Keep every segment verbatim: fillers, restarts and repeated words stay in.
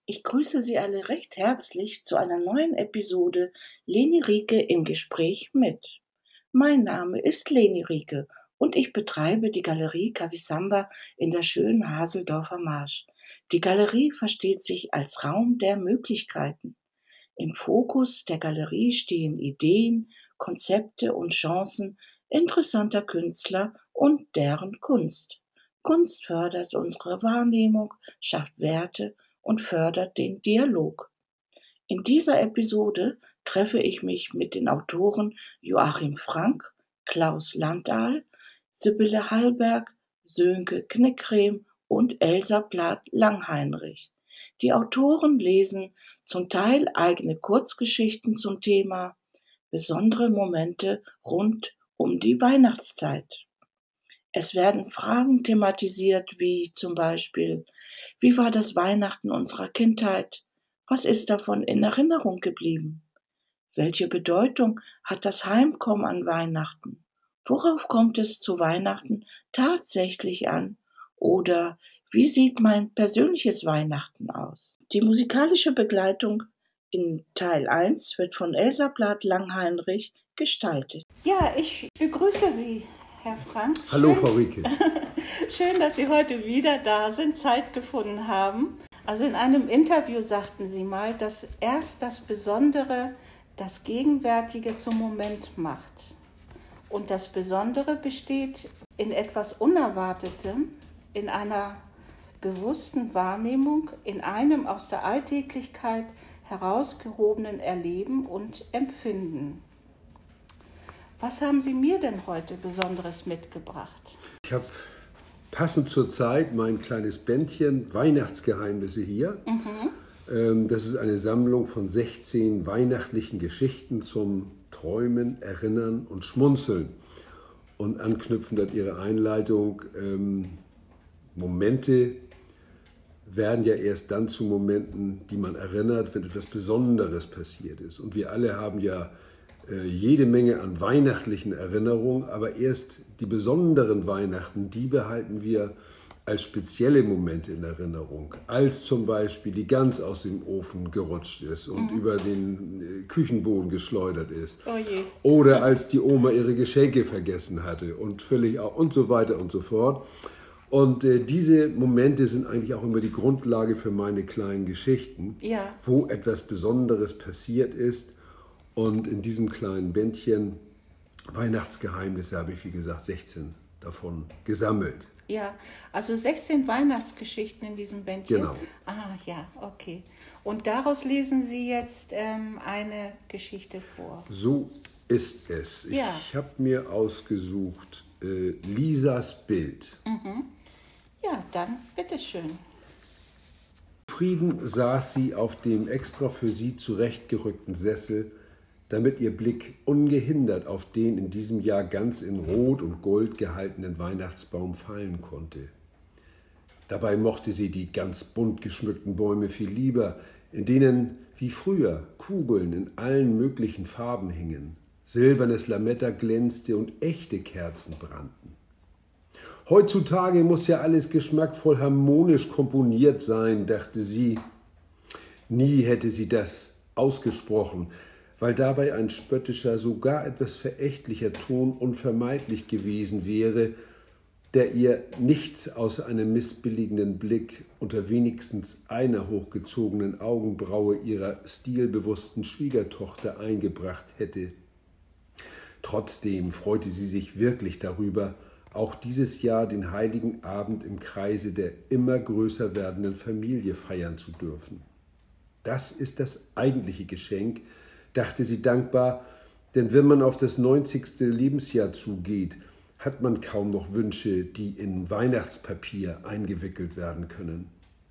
Ich grüße Sie alle recht herzlich zu einer neuen Episode Leni Rieke im Gespräch mit. Mein Name ist Leni Rieke und ich betreibe die Galerie Kavisamba in der schönen Haseldorfer Marsch. Die Galerie versteht sich als Raum der Möglichkeiten. Im Fokus der Galerie stehen Ideen, Konzepte und Chancen interessanter Künstler und deren Kunst. Kunst fördert unsere Wahrnehmung, schafft Werte und fördert den Dialog. In dieser Episode treffe ich mich mit den Autoren Joachim Frank, Klaus Landahl, Sibylle Hallberg, Sönke Knickrem und Elsa Plath-Langheinrich. Die Autoren lesen zum Teil eigene Kurzgeschichten zum Thema besondere Momente rund um die Weihnachtszeit. Es werden Fragen thematisiert wie zum Beispiel: Wie war das Weihnachten unserer Kindheit? Was ist davon in Erinnerung geblieben? Welche Bedeutung hat das Heimkommen an Weihnachten? Worauf kommt es zu Weihnachten tatsächlich an? Oder wie sieht mein persönliches Weihnachten aus? Die musikalische Begleitung in Teil eins wird von Elsa Plath-Langheinrich gestaltet. Ja, ich begrüße Sie, Herr Frank. Hallo, Schön, Frau Rieke. Schön, dass Sie heute wieder da sind, Zeit gefunden haben. Also in einem Interview sagten Sie mal, dass erst das Besondere das Gegenwärtige zum Moment macht. Und das Besondere besteht in etwas Unerwartetem, in einer bewussten Wahrnehmung, in einem aus der Alltäglichkeit herausgehobenen Erleben und Empfinden. Was haben Sie mir denn heute Besonderes mitgebracht? Ich habe passend zur Zeit mein kleines Bändchen Weihnachtsgeheimnisse hier. Mhm. Das ist eine Sammlung von sechzehn weihnachtlichen Geschichten zum Träumen, Erinnern und Schmunzeln. Und anknüpfend an Ihre Einleitung, ähm, Momente werden ja erst dann zu Momenten, die man erinnert, wenn etwas Besonderes passiert ist. Und wir alle haben ja äh, jede Menge an weihnachtlichen Erinnerungen, aber erst die besonderen Weihnachten, die behalten wir als spezielle Momente in Erinnerung. Als zum Beispiel die Gans aus dem Ofen gerutscht ist und mhm. über den äh, Küchenboden geschleudert ist. Oh je. Oder als die Oma ihre Geschenke vergessen hatte und völlig auch und so weiter und so fort. Und äh, diese Momente sind eigentlich auch immer die Grundlage für meine kleinen Geschichten, Ja. wo etwas Besonderes passiert ist. Und in diesem kleinen Bändchen Weihnachtsgeheimnisse habe ich, wie gesagt, sechzehn davon gesammelt. Ja, also sechzehn Weihnachtsgeschichten in diesem Bändchen. Genau. Ah, ja, okay. Und daraus lesen Sie jetzt ähm, eine Geschichte vor. So ist es. Ja. Ich habe mir ausgesucht äh, Lisas Bild. Mhm. Ja, dann bitteschön. Zufrieden saß sie auf dem extra für sie zurechtgerückten Sessel, damit ihr Blick ungehindert auf den in diesem Jahr ganz in Rot und Gold gehaltenen Weihnachtsbaum fallen konnte. Dabei mochte sie die ganz bunt geschmückten Bäume viel lieber, in denen wie früher Kugeln in allen möglichen Farben hingen, silbernes Lametta glänzte und echte Kerzen brannten. Heutzutage muss ja alles geschmackvoll harmonisch komponiert sein, dachte sie. Nie hätte sie das ausgesprochen, weil dabei ein spöttischer, sogar etwas verächtlicher Ton unvermeidlich gewesen wäre, der ihr nichts außer einem missbilligenden Blick unter wenigstens einer hochgezogenen Augenbraue ihrer stilbewussten Schwiegertochter eingebracht hätte. Trotzdem freute sie sich wirklich darüber, auch dieses Jahr den heiligen Abend im Kreise der immer größer werdenden Familie feiern zu dürfen. Das ist das eigentliche Geschenk, dachte sie dankbar, denn wenn man auf das neunzigste Lebensjahr zugeht, hat man kaum noch Wünsche, die in Weihnachtspapier eingewickelt werden können.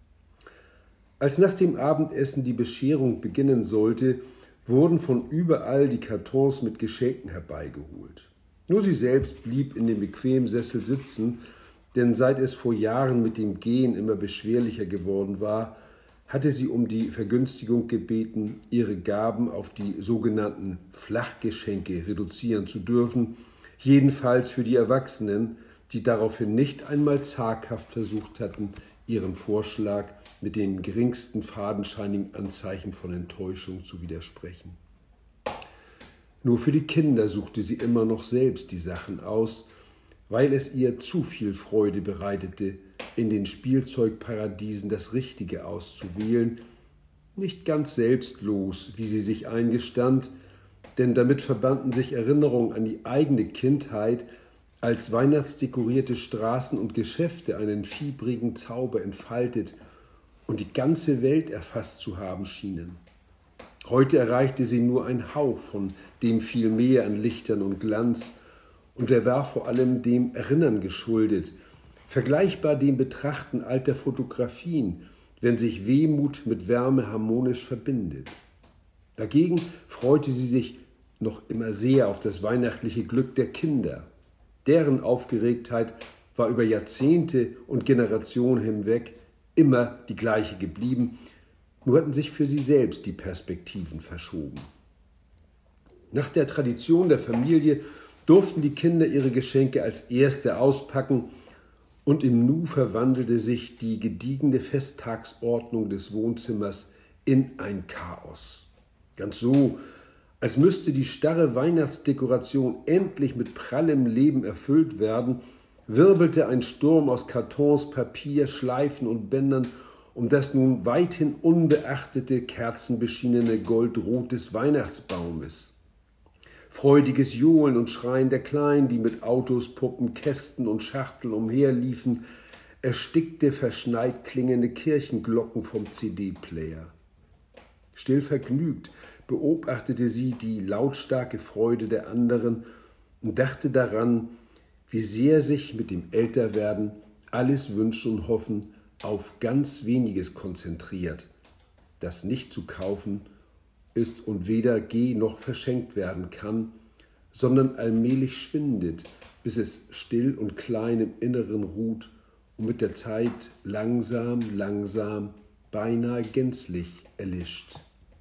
Als nach dem Abendessen die Bescherung beginnen sollte, wurden von überall die Kartons mit Geschenken herbeigeholt. Nur sie selbst blieb in dem bequemen Sessel sitzen, denn seit es vor Jahren mit dem Gehen immer beschwerlicher geworden war, hatte sie um die Vergünstigung gebeten, ihre Gaben auf die sogenannten Flachgeschenke reduzieren zu dürfen, jedenfalls für die Erwachsenen, die daraufhin nicht einmal zaghaft versucht hatten, ihren Vorschlag mit dem geringsten fadenscheinigen Anzeichen von Enttäuschung zu widersprechen. Nur für die Kinder suchte sie immer noch selbst die Sachen aus, weil es ihr zu viel Freude bereitete, in den Spielzeugparadiesen das Richtige auszuwählen, nicht ganz selbstlos, wie sie sich eingestand, denn damit verbanden sich Erinnerungen an die eigene Kindheit, als weihnachtsdekorierte Straßen und Geschäfte einen fiebrigen Zauber entfaltet und die ganze Welt erfasst zu haben schienen. Heute erreichte sie nur ein Hauch von dem viel mehr an Lichtern und Glanz, und er war vor allem dem Erinnern geschuldet, vergleichbar dem Betrachten alter Fotografien, wenn sich Wehmut mit Wärme harmonisch verbindet. Dagegen freute sie sich noch immer sehr auf das weihnachtliche Glück der Kinder. Deren Aufgeregtheit war über Jahrzehnte und Generationen hinweg immer die gleiche geblieben, nur hatten sich für sie selbst die Perspektiven verschoben. Nach der Tradition der Familie durften die Kinder ihre Geschenke als Erste auspacken, und im Nu verwandelte sich die gediegene Festtagsordnung des Wohnzimmers in ein Chaos. Ganz so, als müsste die starre Weihnachtsdekoration endlich mit prallem Leben erfüllt werden, wirbelte ein Sturm aus Kartons, Papier, Schleifen und Bändern um das nun weithin unbeachtete, kerzenbeschienene Goldrot des Weihnachtsbaumes. Freudiges Johlen und Schreien der Kleinen, die mit Autos, Puppen, Kästen und Schachteln umherliefen, erstickte verschneit klingende Kirchenglocken vom C D-Player. Still vergnügt beobachtete sie die lautstarke Freude der anderen und dachte daran, wie sehr sich mit dem Älterwerden alles Wünschen und Hoffen auf ganz Weniges konzentriert, das nicht zu kaufen ist und weder geh noch verschenkt werden kann, sondern allmählich schwindet, bis es still und klein im Inneren ruht und mit der Zeit langsam, langsam, beinahe gänzlich erlischt.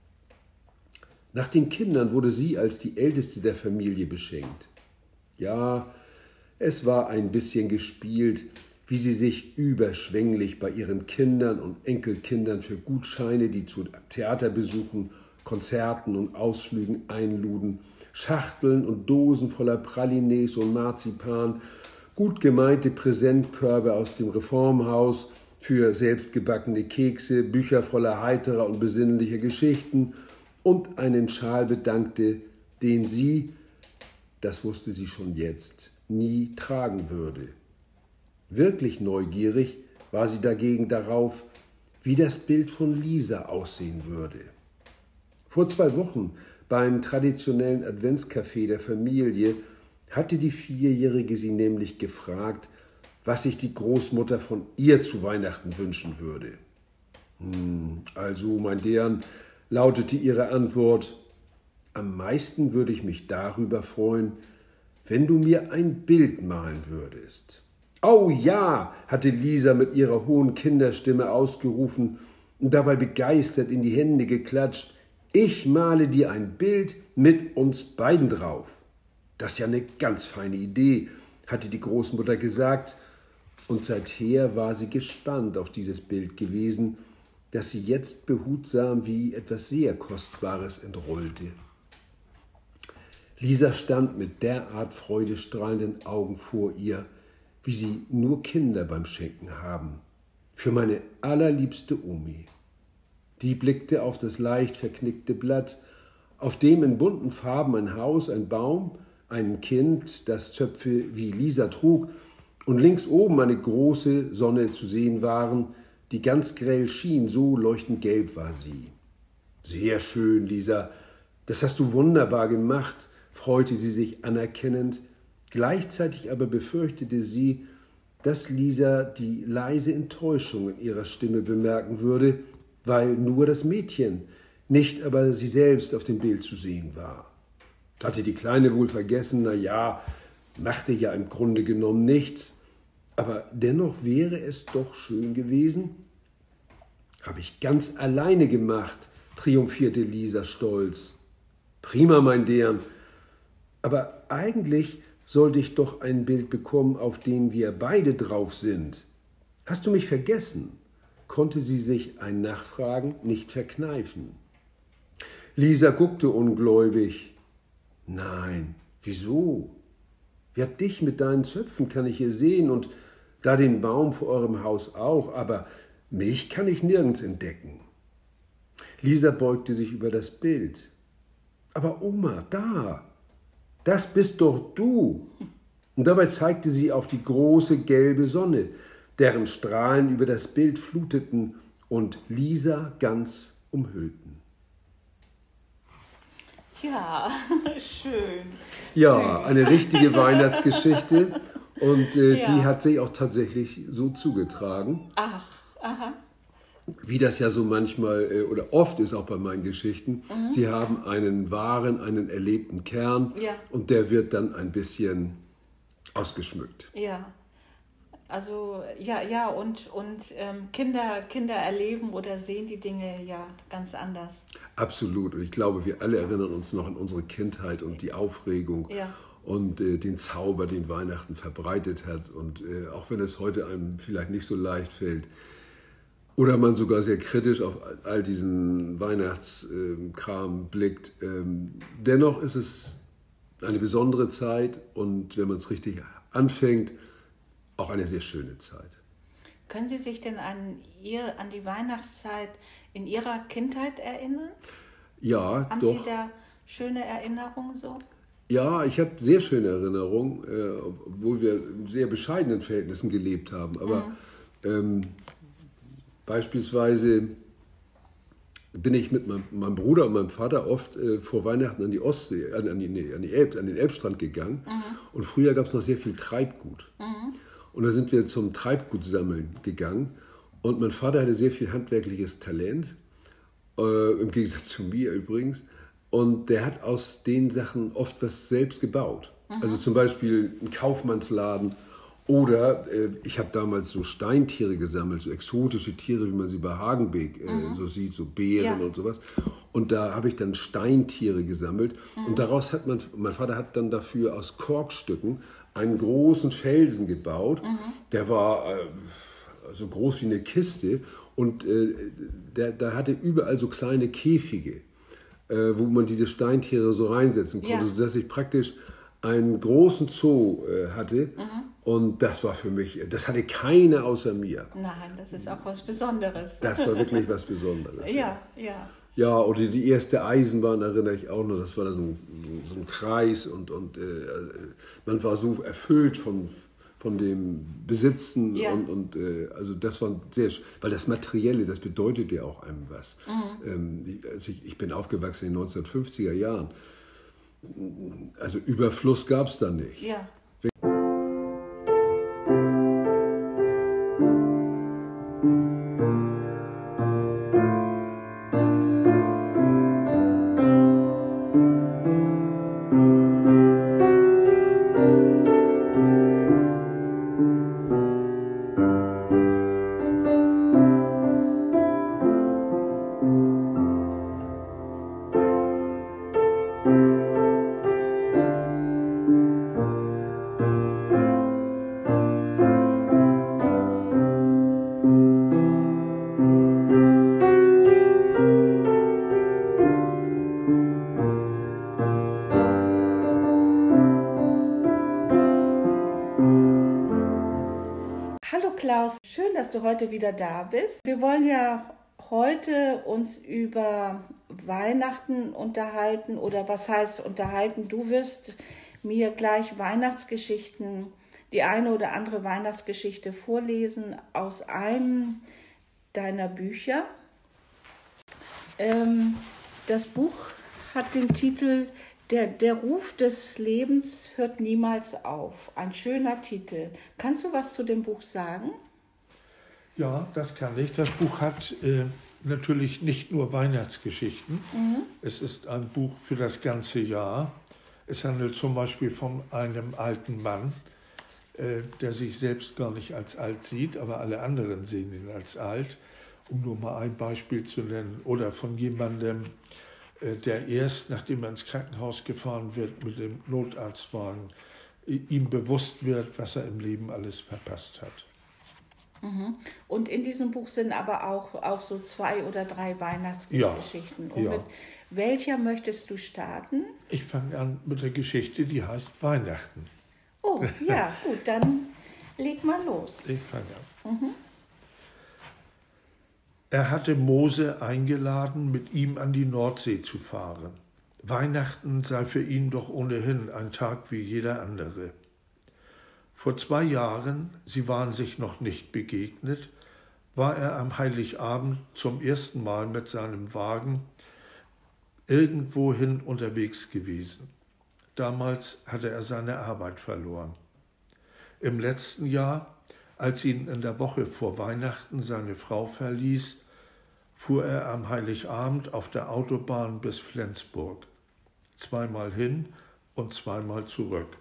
Nach den Kindern wurde sie als die Älteste der Familie beschenkt. Ja, es war ein bisschen gespielt, wie sie sich überschwänglich bei ihren Kindern und Enkelkindern für Gutscheine, die zu Theaterbesuchen, Konzerten und Ausflügen einluden, Schachteln und Dosen voller Pralines und Marzipan, gut gemeinte Präsentkörbe aus dem Reformhaus für selbstgebackene Kekse, Bücher voller heiterer und besinnlicher Geschichten und einen Schal bedankte, den sie, das wusste sie schon jetzt, nie tragen würde. Wirklich neugierig war sie dagegen darauf, wie das Bild von Lisa aussehen würde. Vor zwei Wochen beim traditionellen Adventskaffee der Familie hatte die Vierjährige sie nämlich gefragt, was sich die Großmutter von ihr zu Weihnachten wünschen würde. Hm, also, mein Dern, lautete ihre Antwort, am meisten würde ich mich darüber freuen, wenn du mir ein Bild malen würdest. Oh ja, hatte Lisa mit ihrer hohen Kinderstimme ausgerufen und dabei begeistert in die Hände geklatscht. Ich male dir ein Bild mit uns beiden drauf. Das ist ja eine ganz feine Idee, hatte die Großmutter gesagt, und seither war sie gespannt auf dieses Bild gewesen, das sie jetzt behutsam wie etwas sehr Kostbares entrollte. Lisa stand mit derart freudestrahlenden Augen vor ihr, wie sie nur Kinder beim Schenken haben. Für meine allerliebste Omi. Die blickte auf das leicht verknickte Blatt, auf dem in bunten Farben ein Haus, ein Baum, ein Kind, das Zöpfe wie Lisa trug, und links oben eine große Sonne zu sehen waren, die ganz grell schien, so leuchtend gelb war sie. Sehr schön, Lisa, das hast du wunderbar gemacht, freute sie sich anerkennend. Gleichzeitig aber befürchtete sie, dass Lisa die leise Enttäuschung in ihrer Stimme bemerken würde, weil nur das Mädchen, nicht aber sie selbst auf dem Bild zu sehen war. Hatte die Kleine wohl vergessen, na ja, machte ja im Grunde genommen nichts, aber dennoch wäre es doch schön gewesen. Habe ich ganz alleine gemacht, triumphierte Lisa stolz. Prima, mein Dern, aber eigentlich sollte ich doch ein Bild bekommen, auf dem wir beide drauf sind. Hast du mich vergessen?, konnte sie sich ein Nachfragen nicht verkneifen. Lisa guckte ungläubig. Nein, wieso? Ja, dich mit deinen Zöpfen kann ich hier sehen und da den Baum vor eurem Haus auch, aber mich kann ich nirgends entdecken. Lisa beugte sich über das Bild. Aber Oma, da, das bist doch du. Und dabei zeigte sie auf die große gelbe Sonne, deren Strahlen über das Bild fluteten und Lisa ganz umhüllten. Ja, schön. Ja, Süß. eine richtige Weihnachtsgeschichte und äh, Ja. die hat sich auch tatsächlich so zugetragen. Ach, aha. Wie das ja so manchmal äh, oder oft ist auch bei meinen Geschichten. Mhm. Sie haben einen wahren, einen erlebten Kern Ja. und der wird dann ein bisschen ausgeschmückt. Ja. Also ja, ja, und, und ähm, Kinder, Kinder erleben oder sehen die Dinge ja ganz anders. Absolut. Und ich glaube, wir alle erinnern uns noch an unsere Kindheit und die Aufregung Ja. und äh, den Zauber, den Weihnachten verbreitet hat. Und äh, auch wenn es heute einem vielleicht nicht so leicht fällt oder man sogar sehr kritisch auf all diesen Weihnachtskram blickt, ähm, dennoch ist es eine besondere Zeit und wenn man es richtig anfängt, auch eine sehr schöne Zeit. Können Sie sich denn an, ihr, an die Weihnachtszeit in Ihrer Kindheit erinnern? Ja, Haben doch. Sie da schöne Erinnerungen so? Ja, ich habe sehr schöne Erinnerungen, äh, obwohl wir in sehr bescheidenen Verhältnissen gelebt haben. Aber Mhm. ähm, beispielsweise bin ich mit meinem, meinem Bruder und meinem Vater oft äh, vor Weihnachten an die Ostsee, an, an, die, nee, an, die Elb, an den Elbstrand gegangen. Mhm. Und früher gab es noch sehr viel Treibgut. Mhm. Und da sind wir zum Treibgutsammeln gegangen. Und mein Vater hatte sehr viel handwerkliches Talent, äh, im Gegensatz zu mir übrigens. Und der hat aus den Sachen oft was selbst gebaut. Mhm. Also zum Beispiel einen Kaufmannsladen oder äh, ich habe damals so Steintiere gesammelt, so exotische Tiere, wie man sie bei Hagenbeek äh, mhm. so sieht, so Bären Ja. und sowas. Und da habe ich dann Steintiere gesammelt. Mhm. Und daraus hat man, mein Vater hat dann dafür aus Korkstücken einen großen Felsen gebaut. Mhm. Der war äh, so groß wie eine Kiste und äh, der, der hatte überall so kleine Käfige, äh, wo man diese Steintiere so reinsetzen konnte, Ja. sodass ich praktisch einen großen Zoo äh, hatte. Mhm. Und das war für mich, das hatte keiner außer mir. Nein, das ist auch was Besonderes. Das war wirklich was Besonderes. Ja, ja. Ja, oder die erste Eisenbahn erinnere ich auch noch, das war da so ein, so ein Kreis und, und äh, man war so erfüllt von, von dem Besitzen Ja. und, und äh, also das war sehr, weil das Materielle, das bedeutet ja auch einem was. Mhm. Ähm, die, also ich, ich bin aufgewachsen in den neunzehnhundertfünfziger Jahren, also Überfluss gab es da nicht. Ja. Hallo Klaus, schön, dass du heute wieder da bist. Wir wollen ja heute uns über Weihnachten unterhalten oder was heißt unterhalten? Du wirst mir gleich Weihnachtsgeschichten, die eine oder andere Weihnachtsgeschichte vorlesen aus einem deiner Bücher. Ähm, das Buch hat den Titel Der, der Ruf des Lebens hört niemals auf. Ein schöner Titel. Kannst du was zu dem Buch sagen? Ja, das kann ich. Das Buch hat äh, natürlich nicht nur Weihnachtsgeschichten. Mhm. Es ist ein Buch für das ganze Jahr. Es handelt zum Beispiel von einem alten Mann, äh, der sich selbst gar nicht als alt sieht, aber alle anderen sehen ihn als alt, um nur mal ein Beispiel zu nennen. Oder von jemandem, äh, der erst, nachdem er ins Krankenhaus gefahren wird mit dem Notarztwagen, äh, ihm bewusst wird, was er im Leben alles verpasst hat. Und in diesem Buch sind aber auch, auch so zwei oder drei Weihnachtsgeschichten. Ja, Und ja. mit welcher möchtest du starten? Ich fange an mit der Geschichte, die heißt Weihnachten. Oh, ja, gut, dann leg mal los. Ich fange an. Mhm. Er hatte Mose eingeladen, mit ihm an die Nordsee zu fahren. Weihnachten sei für ihn doch ohnehin ein Tag wie jeder andere. Vor zwei Jahren, sie waren sich noch nicht begegnet, war er am Heiligabend zum ersten Mal mit seinem Wagen irgendwohin unterwegs gewesen. Damals hatte er seine Arbeit verloren. Im letzten Jahr, als ihn in der Woche vor Weihnachten seine Frau verließ, fuhr er am Heiligabend auf der Autobahn bis Flensburg. Zweimal hin und zweimal zurück.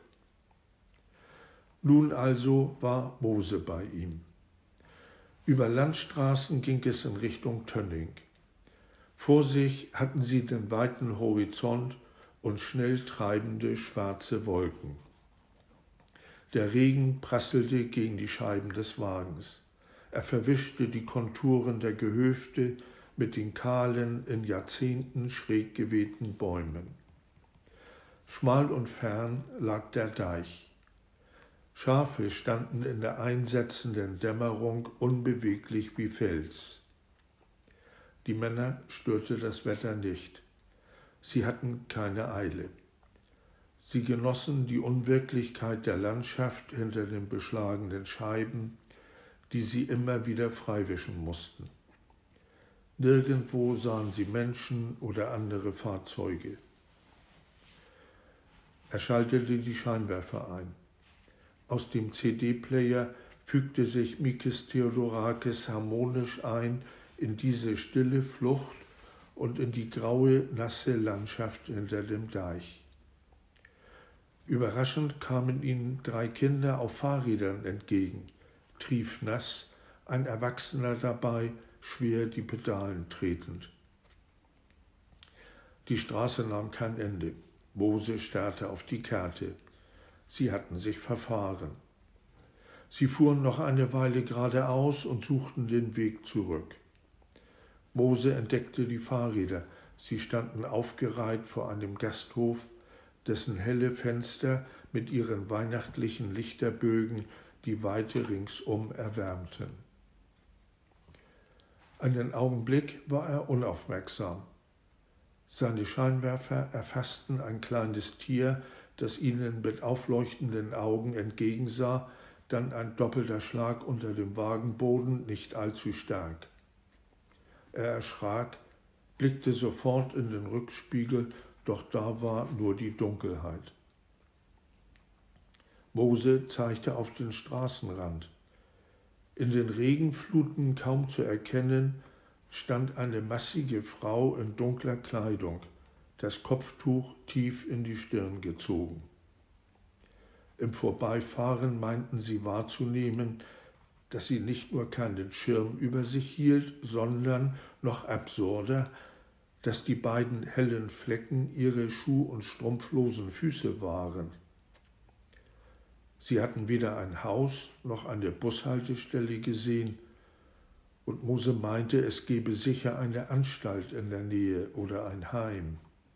Nun also war Mose bei ihm. Über Landstraßen ging es in Richtung Tönning. Vor sich hatten sie den weiten Horizont und schnell treibende schwarze Wolken. Der Regen prasselte gegen die Scheiben des Wagens. Er verwischte die Konturen der Gehöfte mit den kahlen, in Jahrzehnten schräg gewehten Bäumen. Schmal und fern lag der Deich. Schafe standen in der einsetzenden Dämmerung unbeweglich wie Fels. Die Männer störte das Wetter nicht. Sie hatten keine Eile. Sie genossen die Unwirklichkeit der Landschaft hinter den beschlagenen Scheiben, die sie immer wieder freiwischen mussten. Nirgendwo sahen sie Menschen oder andere Fahrzeuge. Er schaltete die Scheinwerfer ein. Aus dem C D-Player fügte sich Mikis Theodorakis harmonisch ein in diese stille Flucht und in die graue, nasse Landschaft hinter dem Deich. Überraschend kamen ihnen drei Kinder auf Fahrrädern entgegen, triefnass, ein Erwachsener dabei, schwer die Pedalen tretend. Die Straße nahm kein Ende. Mose starrte auf die Karte. Sie hatten sich verfahren. Sie fuhren noch eine Weile geradeaus und suchten den Weg zurück. Mose entdeckte die Fahrräder. Sie standen aufgereiht vor einem Gasthof, dessen helle Fenster mit ihren weihnachtlichen Lichterbögen die Weite ringsum erwärmten. Einen Augenblick war er unaufmerksam. Seine Scheinwerfer erfassten ein kleines Tier, das ihnen mit aufleuchtenden Augen entgegensah, dann ein doppelter Schlag unter dem Wagenboden, nicht allzu stark. Er erschrak, blickte sofort in den Rückspiegel, doch da war nur die Dunkelheit. Mose zeigte auf den Straßenrand. In den Regenfluten kaum zu erkennen, stand eine massige Frau in dunkler Kleidung, das Kopftuch tief in die Stirn gezogen. Im Vorbeifahren meinten sie wahrzunehmen, dass sie nicht nur keinen Schirm über sich hielt, sondern, noch absurder, dass die beiden hellen Flecken ihre schuh- und strumpflosen Füße waren. Sie hatten weder ein Haus noch eine Bushaltestelle gesehen, und Mose meinte, es gebe sicher eine Anstalt in der Nähe oder ein Heim.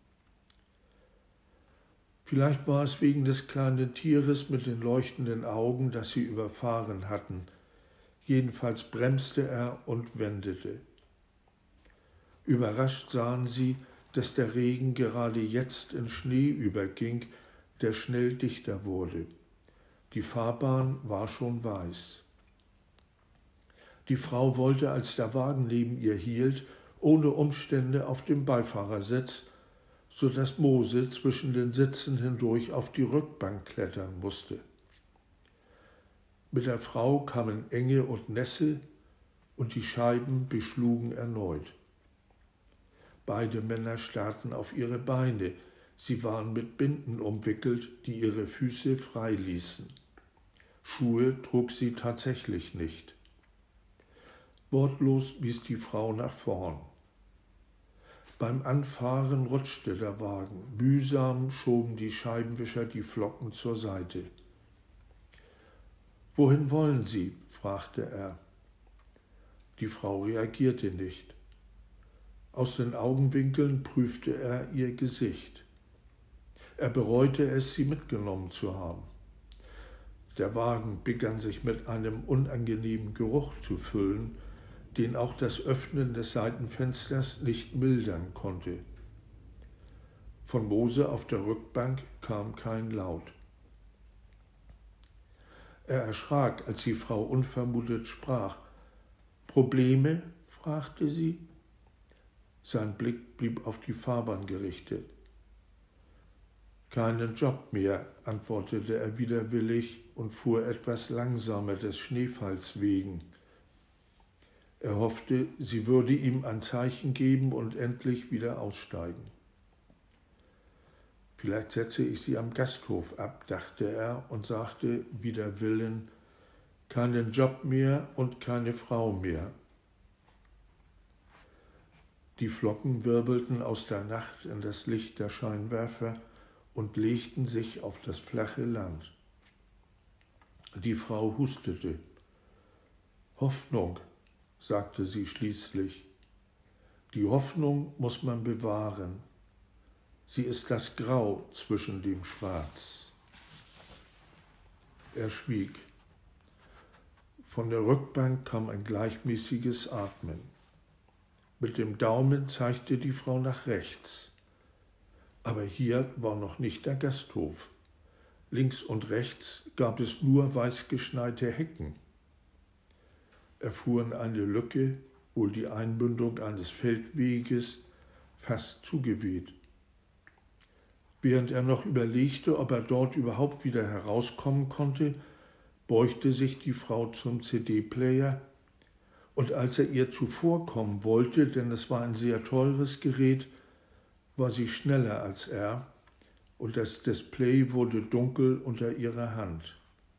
Vielleicht war es wegen des kleinen Tieres mit den leuchtenden Augen, das sie überfahren hatten. Jedenfalls bremste er und wendete. Überrascht sahen sie, dass der Regen gerade jetzt in Schnee überging, der schnell dichter wurde. Die Fahrbahn war schon weiß. Die Frau wollte, als der Wagen neben ihr hielt, ohne Umstände auf dem Beifahrersitz, so dass Mose zwischen den Sitzen hindurch auf die Rückbank klettern musste. Mit der Frau kamen Enge und Nässe, und die Scheiben beschlugen erneut. Beide Männer starrten auf ihre Beine. Sie waren mit Binden umwickelt, die ihre Füße frei ließen. Schuhe trug sie tatsächlich nicht. Wortlos wies die Frau nach vorn. Beim Anfahren rutschte der Wagen. Mühsam schoben die Scheibenwischer die Flocken zur Seite. »Wohin wollen Sie?« fragte er. Die Frau reagierte nicht. Aus den Augenwinkeln prüfte er ihr Gesicht. Er bereute es, sie mitgenommen zu haben. Der Wagen begann sich mit einem unangenehmen Geruch zu füllen, den auch das Öffnen des Seitenfensters nicht mildern konnte. Von Mose auf der Rückbank kam kein Laut. Er erschrak, als die Frau unvermutet sprach. »Probleme?« fragte sie. Sein Blick blieb auf die Fahrbahn gerichtet. »Keinen Job mehr«, antwortete er widerwillig und fuhr etwas langsamer des Schneefalls wegen. Er hoffte, sie würde ihm ein Zeichen geben und endlich wieder aussteigen. »Vielleicht setze ich sie am Gasthof ab«, dachte er und sagte wider Willen, »keinen Job mehr und keine Frau mehr.« Die Flocken wirbelten aus der Nacht in das Licht der Scheinwerfer und legten sich auf das flache Land. Die Frau hustete. »Hoffnung«, sagte sie schließlich. »Die Hoffnung muss man bewahren. Sie ist das Grau zwischen dem Schwarz.« Er schwieg. Von der Rückbank kam ein gleichmäßiges Atmen. Mit dem Daumen zeigte die Frau nach rechts. Aber hier war noch nicht der Gasthof. Links und rechts gab es nur weißgeschneite Hecken. Er fuhr in eine Lücke, wohl die Einmündung eines Feldweges, fast zugeweht. Während er noch überlegte, ob er dort überhaupt wieder herauskommen konnte, beugte sich die Frau zum C D-Player, und als er ihr zuvorkommen wollte, denn es war ein sehr teures Gerät, war sie schneller als er, und das Display wurde dunkel unter ihrer Hand.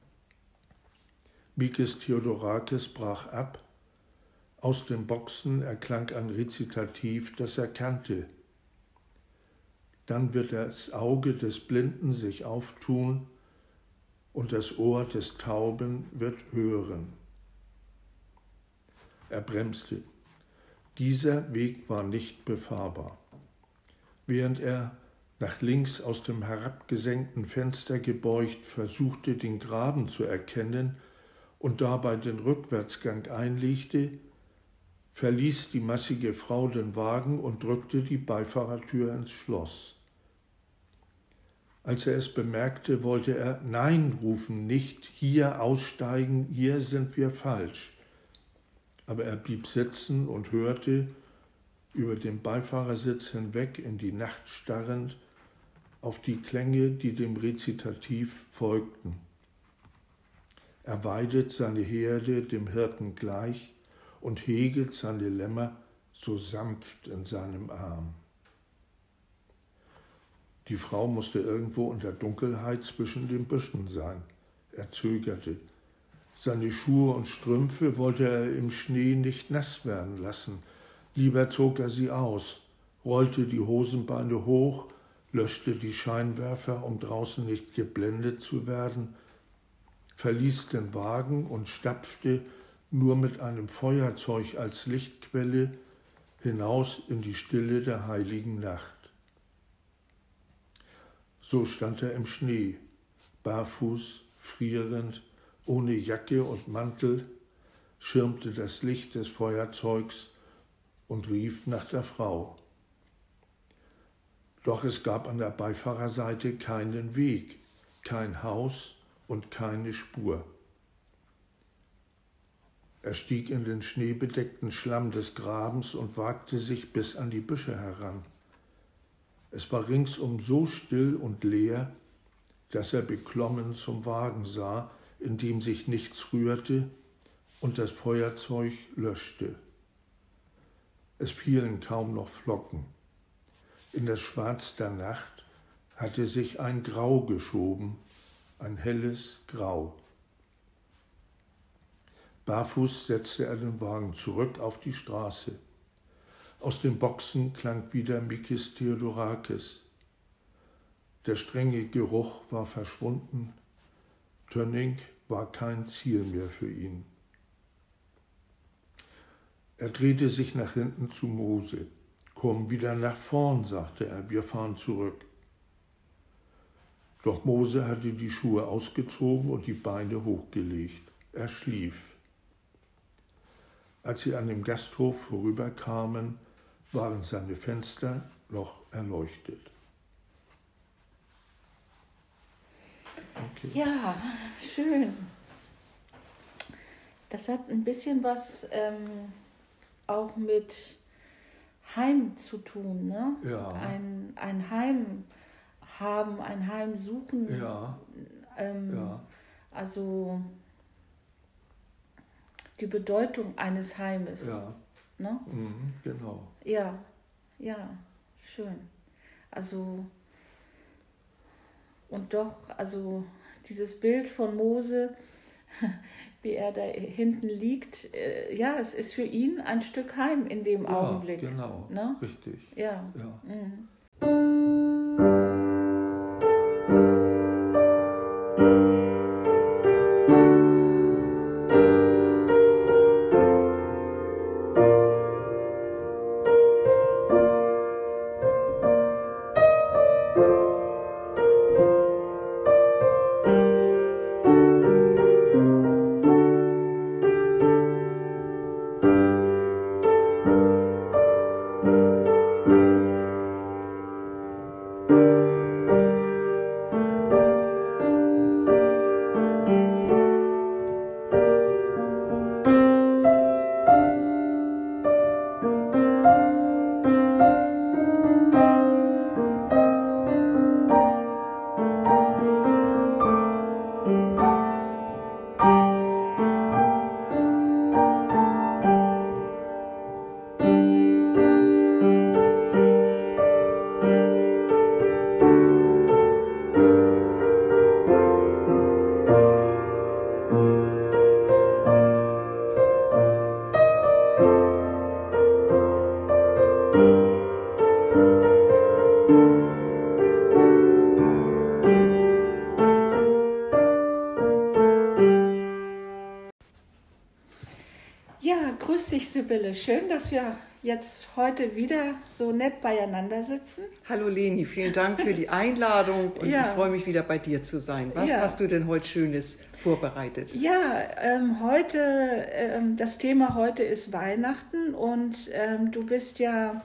Mikis Theodorakis brach ab. Aus den Boxen erklang ein Rezitativ, das er kannte. Dann wird das Auge des Blinden sich auftun und das Ohr des Tauben wird hören. Er bremste. Dieser Weg war nicht befahrbar. Während er nach links aus dem herabgesenkten Fenster gebeugt versuchte, den Graben zu erkennen und dabei den Rückwärtsgang einlegte, verließ die massige Frau den Wagen und drückte die Beifahrertür ins Schloss. Als er es bemerkte, wollte er »Nein« rufen, nicht »Hier aussteigen, hier sind wir falsch«. Aber er blieb sitzen und hörte, über den Beifahrersitz hinweg in die Nacht starrend, auf die Klänge, die dem Rezitativ folgten. Er weidet seine Herde dem Hirten gleich und heget seine Lämmer so sanft in seinem Arm. Die Frau musste irgendwo in der Dunkelheit zwischen den Büschen sein. Er zögerte. Seine Schuhe und Strümpfe wollte er im Schnee nicht nass werden lassen. Lieber zog er sie aus, rollte die Hosenbeine hoch, löschte die Scheinwerfer, um draußen nicht geblendet zu werden, verließ den Wagen und stapfte nur mit einem Feuerzeug als Lichtquelle hinaus in die Stille der heiligen Nacht. So stand er im Schnee, barfuß, frierend, ohne Jacke und Mantel, schirmte das Licht des Feuerzeugs und rief nach der Frau. Doch es gab an der Beifahrerseite keinen Weg, kein Haus und keine Spur. Er stieg in den schneebedeckten Schlamm des Grabens und wagte sich bis an die Büsche heran. Es war ringsum so still und leer, dass er beklommen zum Wagen sah, in dem sich nichts rührte und das Feuerzeug löschte. Es fielen kaum noch Flocken. In das Schwarz der Nacht hatte sich ein Grau geschoben, ein helles Grau. Barfuß setzte er den Wagen zurück auf die Straße. Aus den Boxen klang wieder Mikis Theodorakis. Der strenge Geruch war verschwunden. Tönning war kein Ziel mehr für ihn. Er drehte sich nach hinten zu Mose. »Komm wieder nach vorn«, sagte er, »wir fahren zurück.« Doch Mose hatte die Schuhe ausgezogen und die Beine hochgelegt. Er schlief. Als sie an dem Gasthof vorüberkamen, waren seine Fenster noch erleuchtet. Okay. Ja, schön. Das hat ein bisschen was ähm, auch mit Heim zu tun, ne? Ja. Ein, ein Heim haben, ein Heim suchen. Ja. Ähm, ja. Also die Bedeutung eines Heimes. Ja. Ne? Mhm, genau. Ja, ja, schön. Also und doch, also dieses Bild von Mose, wie er da hinten liegt, äh, ja, es ist für ihn ein Stück Heim in dem ja, Augenblick. Genau, ne? richtig. Ja. ja. Mhm. Ja, grüß dich, Sibylle. Schön, dass wir jetzt heute wieder so nett beieinander sitzen. Hallo Leni, vielen Dank für die Einladung und ja. ich freue mich wieder bei dir zu sein. Was ja. hast du denn heute Schönes vorbereitet? Ja, ähm, heute, ähm, das Thema heute ist Weihnachten und ähm, du bist ja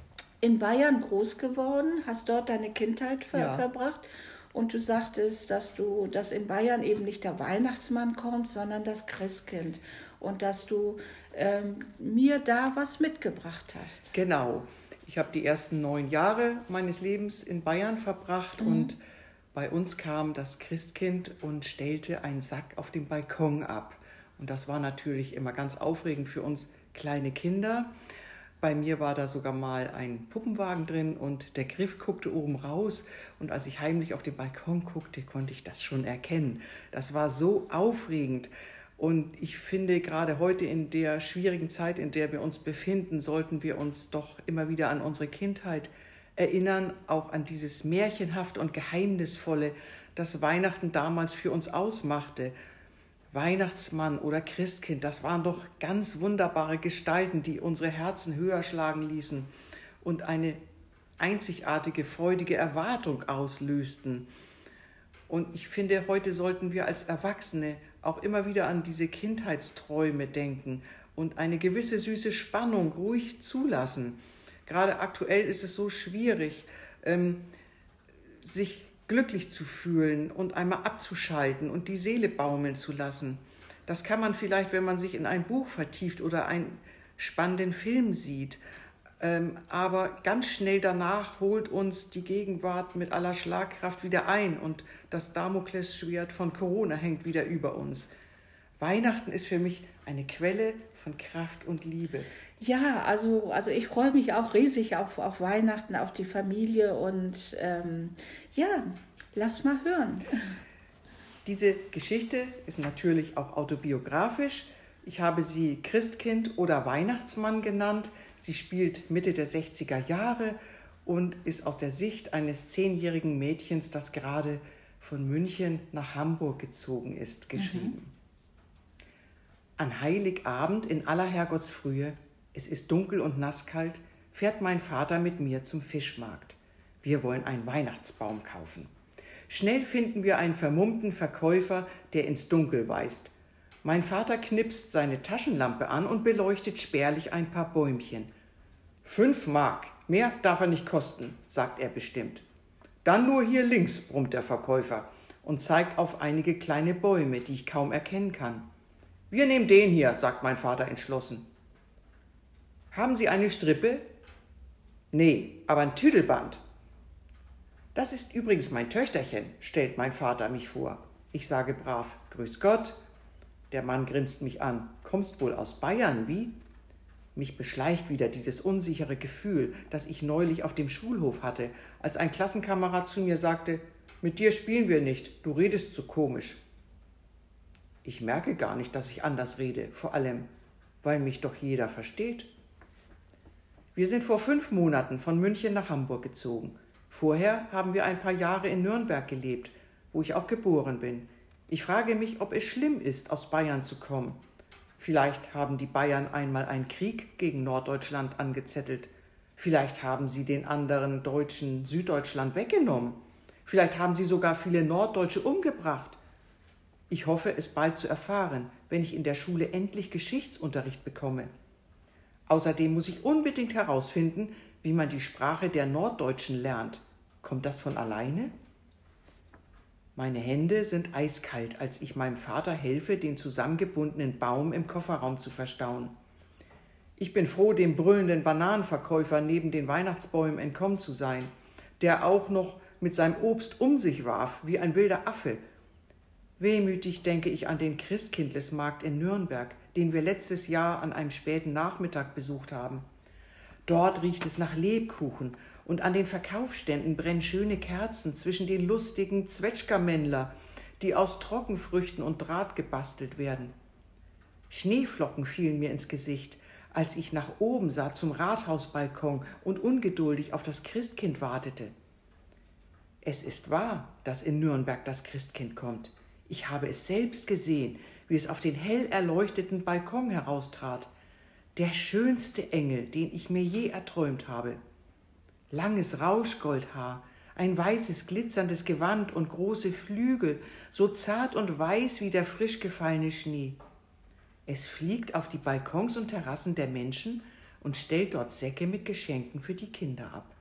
in Bayern groß geworden, hast dort deine Kindheit ver- ja. verbracht. Und du sagtest, dass du, dass in Bayern eben nicht der Weihnachtsmann kommt, sondern das Christkind. Und dass du ähm, mir da was mitgebracht hast. Genau. Ich habe die ersten neun Jahre meines Lebens in Bayern verbracht mhm. und bei uns kam das Christkind und stellte einen Sack auf dem Balkon ab. Und das war natürlich immer ganz aufregend für uns kleine Kinder. Bei mir war da sogar mal ein Puppenwagen drin und der Griff guckte oben raus. Und als ich heimlich auf den Balkon guckte, konnte ich das schon erkennen. Das war so aufregend. Und ich finde, gerade heute in der schwierigen Zeit, in der wir uns befinden, sollten wir uns doch immer wieder an unsere Kindheit erinnern, auch an dieses Märchenhafte und Geheimnisvolle, das Weihnachten damals für uns ausmachte. Weihnachtsmann oder Christkind, das waren doch ganz wunderbare Gestalten, die unsere Herzen höher schlagen ließen und eine einzigartige, freudige Erwartung auslösten. Und ich finde, heute sollten wir als Erwachsene auch immer wieder an diese Kindheitsträume denken und eine gewisse süße Spannung ruhig zulassen. Gerade aktuell ist es so schwierig, ähm, sich glücklich zu fühlen und einmal abzuschalten und die Seele baumeln zu lassen. Das kann man vielleicht, wenn man sich in ein Buch vertieft oder einen spannenden Film sieht. Ähm, aber ganz schnell danach holt uns die Gegenwart mit aller Schlagkraft wieder ein und das Damoklesschwert von Corona hängt wieder über uns. Weihnachten ist für mich eine Quelle von Kraft und Liebe. Ja, also, also ich freue mich auch riesig auf, auf Weihnachten, auf die Familie und ähm, ja, lass mal hören. Diese Geschichte ist natürlich auch autobiografisch. Ich habe sie Christkind oder Weihnachtsmann genannt. Sie spielt Mitte der sechziger Jahre und ist aus der Sicht eines zehnjährigen Mädchens, das gerade von München nach Hamburg gezogen ist, geschrieben. Mhm. An Heiligabend in aller Herrgottsfrühe Es ist dunkel und nasskalt, fährt mein Vater mit mir zum Fischmarkt. Wir wollen einen Weihnachtsbaum kaufen. Schnell finden wir einen vermummten Verkäufer, der ins Dunkel weist. Mein Vater knipst seine Taschenlampe an und beleuchtet spärlich ein paar Bäumchen. Fünf Mark, mehr darf er nicht kosten, sagt er bestimmt. Dann nur hier links, brummt der Verkäufer und zeigt auf einige kleine Bäume, die ich kaum erkennen kann. Wir nehmen den hier, sagt mein Vater entschlossen. Haben Sie eine Strippe? Nee, aber ein Tüdelband. Das ist übrigens mein Töchterchen, stellt mein Vater mich vor. Ich sage brav, grüß Gott. Der Mann grinst mich an. Kommst wohl aus Bayern, wie? Mich beschleicht wieder dieses unsichere Gefühl, das ich neulich auf dem Schulhof hatte, als ein Klassenkamerad zu mir sagte, mit dir spielen wir nicht, du redest so komisch. Ich merke gar nicht, dass ich anders rede, vor allem, weil mich doch jeder versteht. Wir sind vor fünf Monaten von München nach Hamburg gezogen. Vorher haben wir ein paar Jahre in Nürnberg gelebt, wo ich auch geboren bin. Ich frage mich, ob es schlimm ist, aus Bayern zu kommen. Vielleicht haben die Bayern einmal einen Krieg gegen Norddeutschland angezettelt. Vielleicht haben sie den anderen Deutschen Süddeutschland weggenommen. Vielleicht haben sie sogar viele Norddeutsche umgebracht. Ich hoffe, es bald zu erfahren, wenn ich in der Schule endlich Geschichtsunterricht bekomme. Außerdem muss ich unbedingt herausfinden, wie man die Sprache der Norddeutschen lernt. Kommt das von alleine? Meine Hände sind eiskalt, als ich meinem Vater helfe, den zusammengebundenen Baum im Kofferraum zu verstauen. Ich bin froh, dem brüllenden Bananenverkäufer neben den Weihnachtsbäumen entkommen zu sein, der auch noch mit seinem Obst um sich warf, wie ein wilder Affe. Wehmütig denke ich an den Christkindlesmarkt in Nürnberg, den wir letztes Jahr an einem späten Nachmittag besucht haben. Dort riecht es nach Lebkuchen und an den Verkaufsständen brennen schöne Kerzen zwischen den lustigen Zwetschgermännler, die aus Trockenfrüchten und Draht gebastelt werden. Schneeflocken fielen mir ins Gesicht, als ich nach oben sah zum Rathausbalkon und ungeduldig auf das Christkind wartete. Es ist wahr, dass in Nürnberg das Christkind kommt. Ich habe es selbst gesehen, wie es auf den hell erleuchteten Balkon heraustrat. Der schönste Engel, den ich mir je erträumt habe. Langes Rauschgoldhaar, ein weißes, glitzerndes Gewand und große Flügel, so zart und weiß wie der frisch gefallene Schnee. Es fliegt auf die Balkons und Terrassen der Menschen und stellt dort Säcke mit Geschenken für die Kinder ab.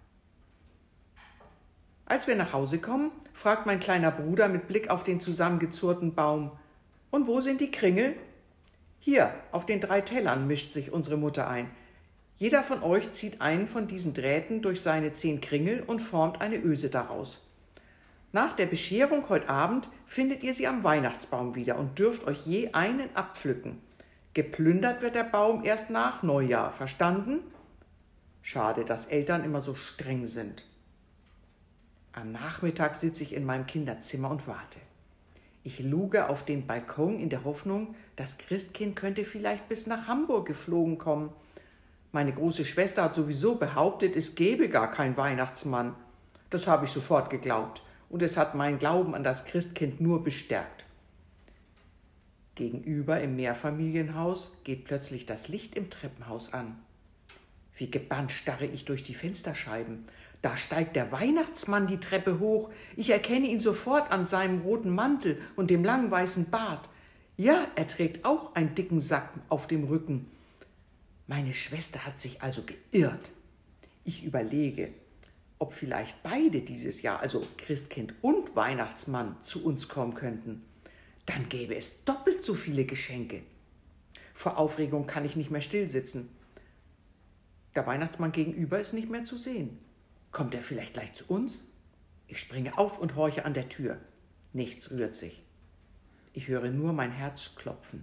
Als wir nach Hause kommen, fragt mein kleiner Bruder mit Blick auf den zusammengezurrten Baum, und wo sind die Kringel? Hier, auf den drei Tellern, mischt sich unsere Mutter ein. Jeder von euch zieht einen von diesen Drähten durch seine zehn Kringel und formt eine Öse daraus. Nach der Bescherung heute Abend findet ihr sie am Weihnachtsbaum wieder und dürft euch je einen abpflücken. Geplündert wird der Baum erst nach Neujahr, verstanden? Schade, dass Eltern immer so streng sind. Am Nachmittag sitze ich in meinem Kinderzimmer und warte. Ich luge auf den Balkon in der Hoffnung, das Christkind könnte vielleicht bis nach Hamburg geflogen kommen. Meine große Schwester hat sowieso behauptet, es gäbe gar keinen Weihnachtsmann. Das habe ich sofort geglaubt und es hat meinen Glauben an das Christkind nur bestärkt. Gegenüber im Mehrfamilienhaus geht plötzlich das Licht im Treppenhaus an. Wie gebannt starre ich durch die Fensterscheiben. Da steigt der Weihnachtsmann die Treppe hoch. Ich erkenne ihn sofort an seinem roten Mantel und dem langen weißen Bart. Ja, er trägt auch einen dicken Sack auf dem Rücken. Meine Schwester hat sich also geirrt. Ich überlege, ob vielleicht beide dieses Jahr, also Christkind und Weihnachtsmann, zu uns kommen könnten. Dann gäbe es doppelt so viele Geschenke. Vor Aufregung kann ich nicht mehr stillsitzen. Der Weihnachtsmann gegenüber ist nicht mehr zu sehen. Kommt er vielleicht gleich zu uns? Ich springe auf und horche an der Tür. Nichts rührt sich. Ich höre nur mein Herz klopfen.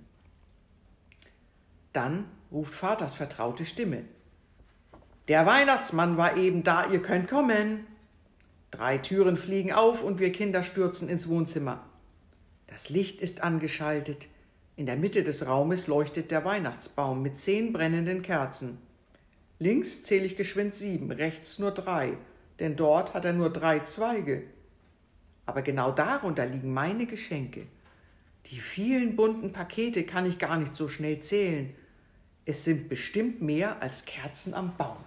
Dann ruft Vaters vertraute Stimme. Der Weihnachtsmann war eben da, ihr könnt kommen. Drei Türen fliegen auf und wir Kinder stürzen ins Wohnzimmer. Das Licht ist angeschaltet. In der Mitte des Raumes leuchtet der Weihnachtsbaum mit zehn brennenden Kerzen. Links zähle ich geschwind sieben, rechts nur drei, denn dort hat er nur drei Zweige. Aber genau darunter liegen meine Geschenke. Die vielen bunten Pakete kann ich gar nicht so schnell zählen. Es sind bestimmt mehr als Kerzen am Baum.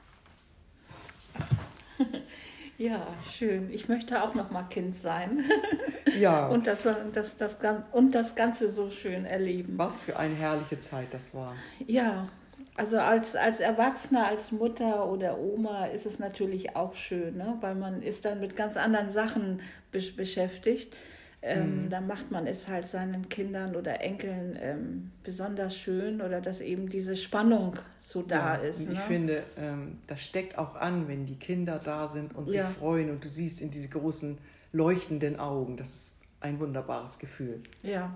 Ja, schön. Ich möchte auch noch mal Kind sein. Ja. und, das, das, das, und das Ganze so schön erleben. Was für eine herrliche Zeit das war. Ja, also als, als Erwachsener, als Mutter oder Oma ist es natürlich auch schön, ne? Weil man ist dann mit ganz anderen Sachen be- beschäftigt. Ähm, mhm. Da macht man es halt seinen Kindern oder Enkeln ähm, besonders schön oder dass eben diese Spannung so da ja, ist. Und ich ne? finde, ähm, das steckt auch an, wenn die Kinder da sind und sich ja. freuen und du siehst in diese großen leuchtenden Augen. Das ist ein wunderbares Gefühl. Ja.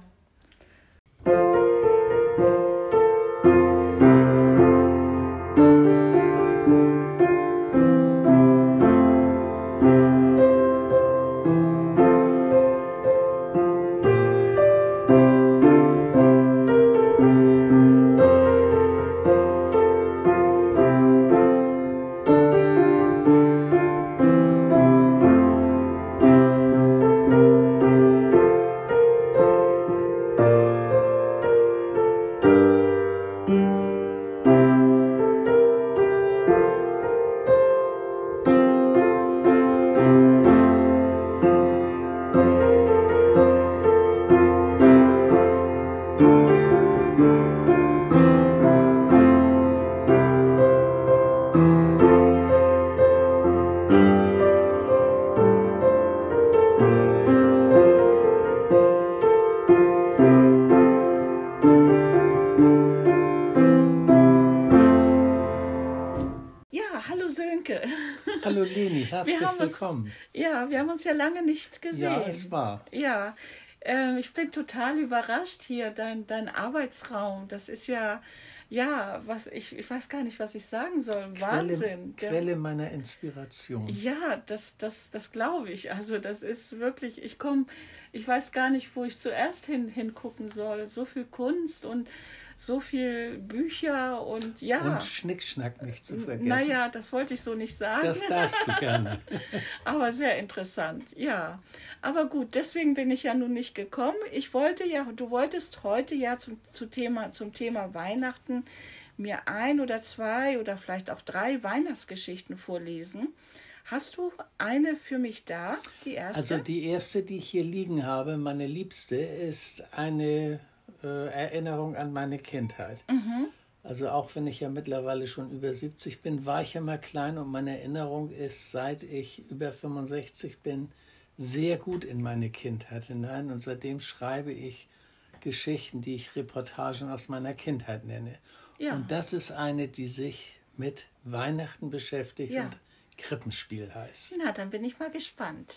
Hallo Leni, herzlich wir willkommen. Uns, ja, wir haben uns ja lange nicht gesehen. Ja, es war. Ja, äh, ich bin total überrascht hier, dein, dein Arbeitsraum. Das ist ja, ja, was ich, ich weiß gar nicht, was ich sagen soll. Quelle, Wahnsinn. Quelle meiner Inspiration. Ja, das, das, das glaube ich. Also das ist wirklich, ich komme, ich weiß gar nicht, wo ich zuerst hin, hingucken soll. So viel Kunst und so viel Bücher und ja. Und Schnickschnack nicht zu vergessen. Naja, das wollte ich so nicht sagen. Das darfst du gerne. Aber sehr interessant, ja. Aber gut, deswegen bin ich ja nun nicht gekommen. Ich wollte ja, du wolltest heute ja zum, zu Thema, zum Thema Weihnachten mir ein oder zwei oder vielleicht auch drei Weihnachtsgeschichten vorlesen. Hast du eine für mich da, die erste? Also die erste, die ich hier liegen habe, meine liebste, ist eine äh, Erinnerung an meine Kindheit. Mhm. Also auch wenn ich ja mittlerweile schon über siebzig bin, war ich ja mal klein und meine Erinnerung ist, seit ich über fünfundsechzig bin, sehr gut in meine Kindheit hinein. Und seitdem schreibe ich Geschichten, die ich Reportagen aus meiner Kindheit nenne. Ja. Und das ist eine, die sich mit Weihnachten beschäftigt ja. und Krippenspiel heißt. Na, dann bin ich mal gespannt.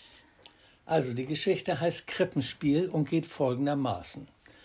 Also die Geschichte heißt Krippenspiel und geht folgendermaßen.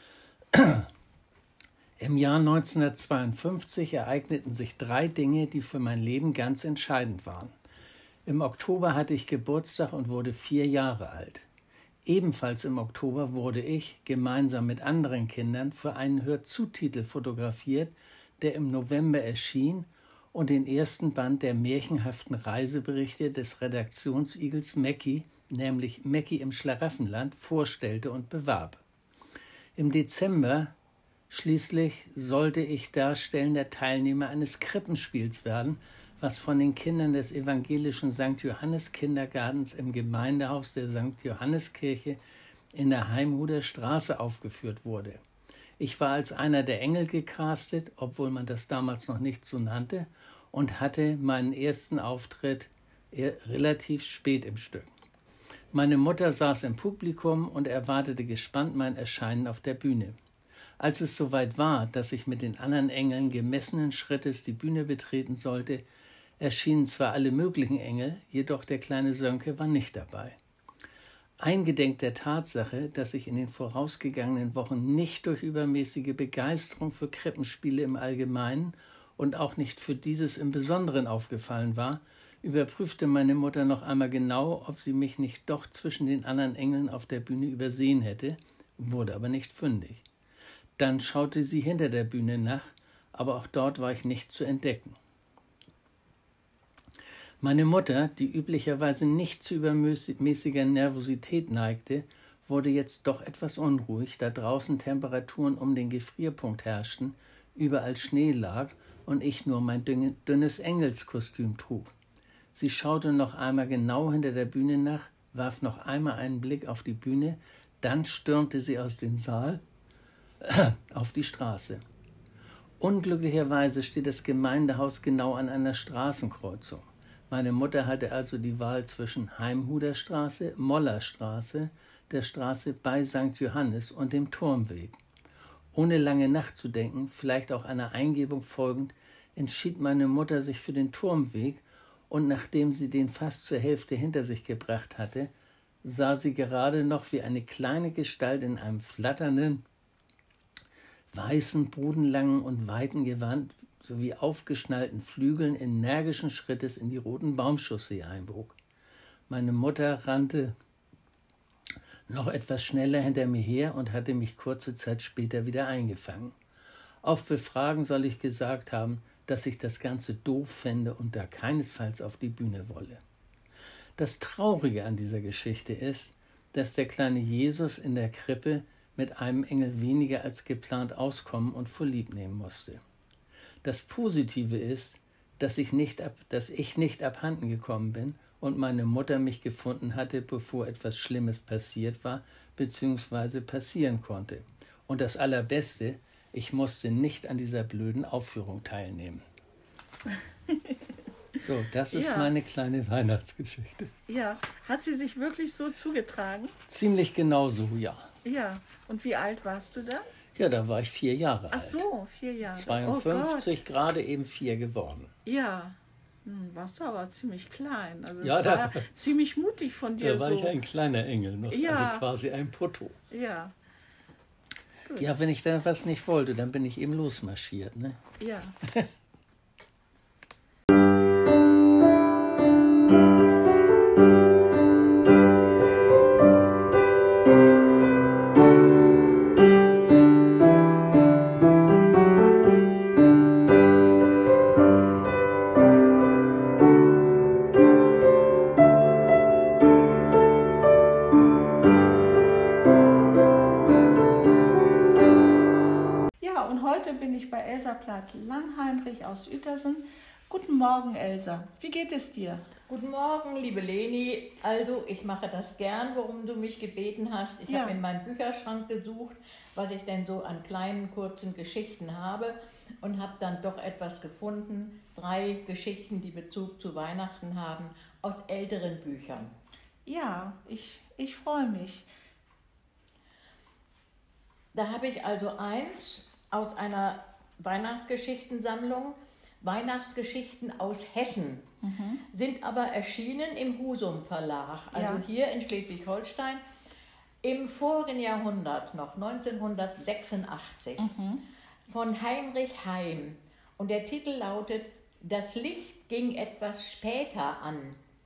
Im Jahr neunzehnhundertzweiundfünfzig ereigneten sich drei Dinge, die für mein Leben ganz entscheidend waren. Im Oktober hatte ich Geburtstag und wurde vier Jahre alt. Ebenfalls im Oktober wurde ich, gemeinsam mit anderen Kindern, für einen Hör-zu-Titel fotografiert, der im November erschien und den ersten Band der märchenhaften Reiseberichte des Redaktionsigels Mäcki, nämlich Mäcki im Schlaraffenland, vorstellte und bewarb. Im Dezember schließlich sollte ich darstellender Teilnehmer eines Krippenspiels werden, was von den Kindern des evangelischen Sankt Johannes Kindergartens im Gemeindehaus der Sankt Johanneskirche in der Heimhuder Straße aufgeführt wurde. Ich war als einer der Engel gecastet, obwohl man das damals noch nicht so nannte, und hatte meinen ersten Auftritt relativ spät im Stück. Meine Mutter saß im Publikum und erwartete gespannt mein Erscheinen auf der Bühne. Als es soweit war, dass ich mit den anderen Engeln gemessenen Schrittes die Bühne betreten sollte, erschienen zwar alle möglichen Engel, jedoch der kleine Sönke war nicht dabei. Eingedenk der Tatsache, dass ich in den vorausgegangenen Wochen nicht durch übermäßige Begeisterung für Krippenspiele im Allgemeinen und auch nicht für dieses im Besonderen aufgefallen war, überprüfte meine Mutter noch einmal genau, ob sie mich nicht doch zwischen den anderen Engeln auf der Bühne übersehen hätte, wurde aber nicht fündig. Dann schaute sie hinter der Bühne nach, aber auch dort war ich nicht zu entdecken. Meine Mutter, die üblicherweise nicht zu übermäßiger Nervosität neigte, wurde jetzt doch etwas unruhig, da draußen Temperaturen um den Gefrierpunkt herrschten, überall Schnee lag und ich nur mein dünnes Engelskostüm trug. Sie schaute noch einmal genau hinter der Bühne nach, warf noch einmal einen Blick auf die Bühne, dann stürmte sie aus dem Saal auf die Straße. Unglücklicherweise steht das Gemeindehaus genau an einer Straßenkreuzung. Meine Mutter hatte also die Wahl zwischen Heimhuderstraße, Mollerstraße, der Straße bei Sankt Johannes und dem Turmweg. Ohne lange nachzudenken, vielleicht auch einer Eingebung folgend, entschied meine Mutter sich für den Turmweg, und nachdem sie den fast zur Hälfte hinter sich gebracht hatte, sah sie gerade noch, wie eine kleine Gestalt in einem flatternden, weißen, bodenlangen und weiten Gewand sowie aufgeschnallten Flügeln energischen Schrittes in die Roten Baumchaussee einbog. Meine Mutter rannte noch etwas schneller hinter mir her und hatte mich kurze Zeit später wieder eingefangen. Auf Befragen soll ich gesagt haben, dass ich das Ganze doof fände und da keinesfalls auf die Bühne wolle. Das Traurige an dieser Geschichte ist, dass der kleine Jesus in der Krippe mit einem Engel weniger als geplant auskommen und vorlieb nehmen musste. Das Positive ist, dass ich nicht, ab, dass ich nicht abhanden gekommen bin und meine Mutter mich gefunden hatte, bevor etwas Schlimmes passiert war bzw. passieren konnte. Und das Allerbeste, ich musste nicht an dieser blöden Aufführung teilnehmen. So, das ist Ja. meine kleine Weihnachtsgeschichte. Ja, hat sie sich wirklich so zugetragen? Ziemlich genau so, ja. Ja. Und wie alt warst du da? Ja, da war ich vier Jahre Ach alt. so, vier Jahre. zweiundfünfzig, gerade eben vier geworden. Oh Gott. Ja. Hm, warst du aber ziemlich klein. Also es Ja, da war war- ziemlich mutig von dir Da war so. ich ein kleiner Engel noch, Ja. also quasi ein Putto. Ja, Ja, wenn ich dann was nicht wollte, dann bin ich eben losmarschiert, ne? ja. Ja, und heute bin ich bei Elsa Plath-Langheinrich aus Uetersen. Guten Morgen, Elsa. Wie geht es dir? Guten Morgen, liebe Leni. Also, ich mache das gern, worum du mich gebeten hast. Ich Ja. habe in meinem Bücherschrank gesucht, was ich denn so an kleinen, kurzen Geschichten habe und habe dann doch etwas gefunden. Drei Geschichten, die Bezug zu Weihnachten haben, aus älteren Büchern. Ja, ich, ich freue mich. Da habe ich also eins aus einer Weihnachtsgeschichtensammlung, Weihnachtsgeschichten aus Hessen, sind aber erschienen im Husum Verlag, also Ja. hier in Schleswig-Holstein, im vorigen Jahrhundert noch, neunzehnhundertsechsundachtzig, von Heinrich Heim. Und der Titel lautet „Das Licht ging etwas später an".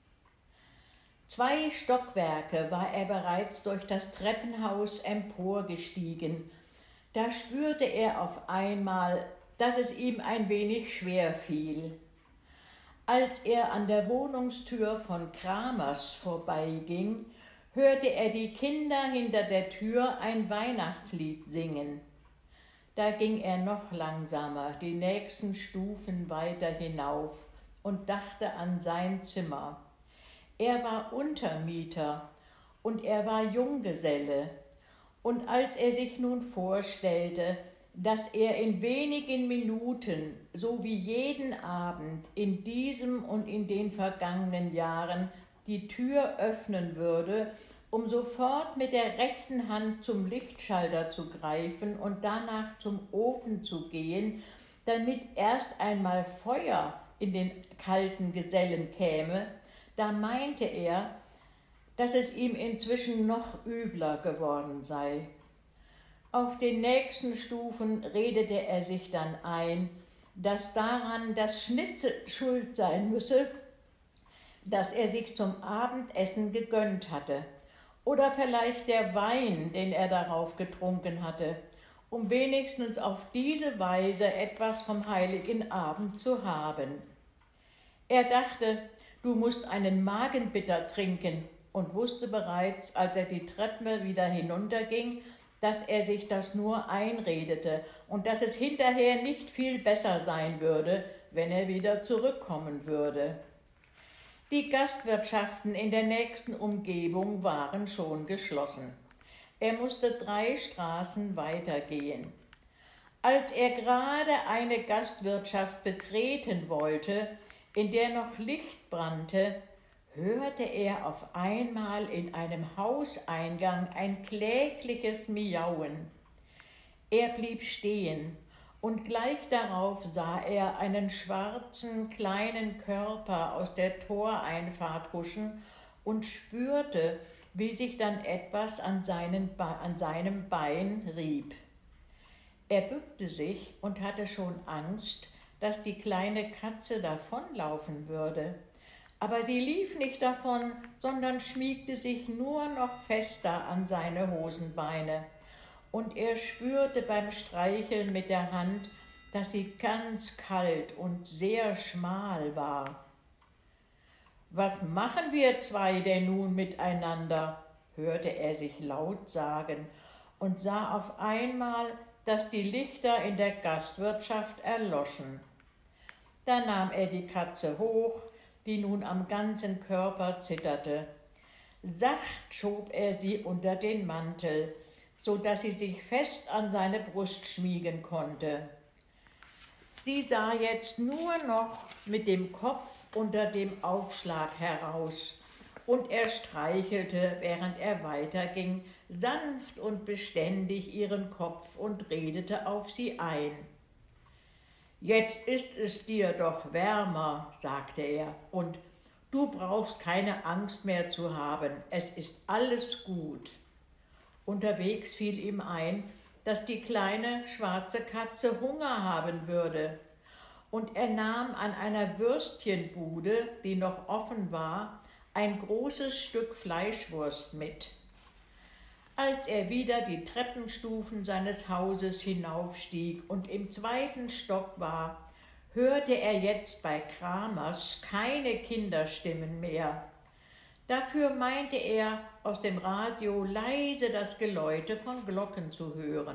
Zwei Stockwerke war er bereits durch das Treppenhaus emporgestiegen. Da spürte er auf einmal, dass es ihm ein wenig schwer fiel. Als er an der Wohnungstür von Kramers vorbeiging, hörte er die Kinder hinter der Tür ein Weihnachtslied singen. Da ging er noch langsamer, die nächsten Stufen weiter hinauf und dachte an sein Zimmer. Er war Untermieter und er war Junggeselle. Und als er sich nun vorstellte, dass er in wenigen Minuten, so wie jeden Abend in diesem und in den vergangenen Jahren, die Tür öffnen würde, um sofort mit der rechten Hand zum Lichtschalter zu greifen und danach zum Ofen zu gehen, damit erst einmal Feuer in den kalten Gesellen käme, da meinte er, dass es ihm inzwischen noch übler geworden sei. Auf den nächsten Stufen redete er sich dann ein, dass daran das Schnitzel schuld sein müsse, das er sich zum Abendessen gegönnt hatte, oder vielleicht der Wein, den er darauf getrunken hatte, um wenigstens auf diese Weise etwas vom heiligen Abend zu haben. Er dachte, du musst einen Magenbitter trinken, und wusste bereits, als er die Treppe wieder hinunterging, dass er sich das nur einredete und dass es hinterher nicht viel besser sein würde, wenn er wieder zurückkommen würde. Die Gastwirtschaften in der nächsten Umgebung waren schon geschlossen. Er musste drei Straßen weitergehen. Als er gerade eine Gastwirtschaft betreten wollte, in der noch Licht brannte, hörte er auf einmal in einem Hauseingang ein klägliches Miauen. Er blieb stehen, und gleich darauf sah er einen schwarzen, kleinen Körper aus der Toreinfahrt huschen und spürte, wie sich dann etwas an, seinen Be- an seinem Bein rieb. Er bückte sich und hatte schon Angst, dass die kleine Katze davonlaufen würde. Aber sie lief nicht davon, sondern schmiegte sich nur noch fester an seine Hosenbeine. Und er spürte beim Streicheln mit der Hand, dass sie ganz kalt und sehr schmal war. »Was machen wir zwei denn nun miteinander?« hörte er sich laut sagen und sah auf einmal, dass die Lichter in der Gastwirtschaft erloschen. Da nahm er die Katze hoch, die nun am ganzen Körper zitterte. Sacht schob er sie unter den Mantel, so dass sie sich fest an seine Brust schmiegen konnte. Sie sah jetzt nur noch mit dem Kopf unter dem Aufschlag heraus, und er streichelte, während er weiterging, sanft und beständig ihren Kopf und redete auf sie ein. »Jetzt ist es dir doch wärmer«, sagte er, »und du brauchst keine Angst mehr zu haben, es ist alles gut.« Unterwegs fiel ihm ein, dass die kleine schwarze Katze Hunger haben würde, und er nahm an einer Würstchenbude, die noch offen war, ein großes Stück Fleischwurst mit. Als er wieder die Treppenstufen seines Hauses hinaufstieg und im zweiten Stock war, hörte er jetzt bei Kramers keine Kinderstimmen mehr. Dafür meinte er, aus dem Radio leise das Geläute von Glocken zu hören.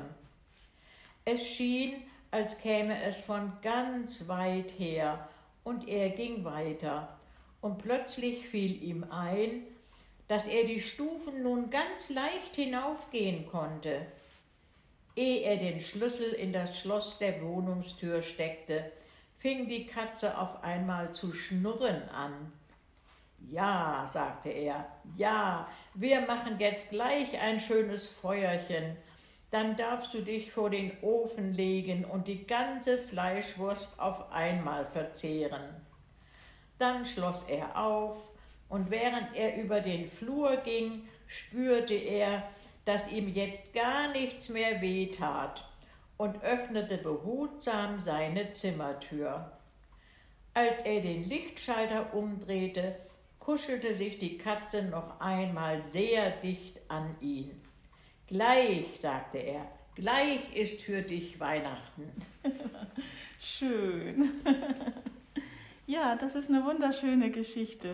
Es schien, als käme es von ganz weit her, und er ging weiter, und plötzlich fiel ihm ein, dass er die Stufen nun ganz leicht hinaufgehen konnte. Ehe er den Schlüssel in das Schloss der Wohnungstür steckte, fing die Katze auf einmal zu schnurren an. »Ja«, sagte er, »ja, wir machen jetzt gleich ein schönes Feuerchen. Dann darfst du dich vor den Ofen legen und die ganze Fleischwurst auf einmal verzehren.« Dann schloss er auf, und während er über den Flur ging, spürte er, dass ihm jetzt gar nichts mehr wehtat, und öffnete behutsam seine Zimmertür. Als er den Lichtschalter umdrehte, kuschelte sich die Katze noch einmal sehr dicht an ihn. »Gleich«, sagte er, »gleich ist für dich Weihnachten.« Schön. Ja, das ist eine wunderschöne Geschichte.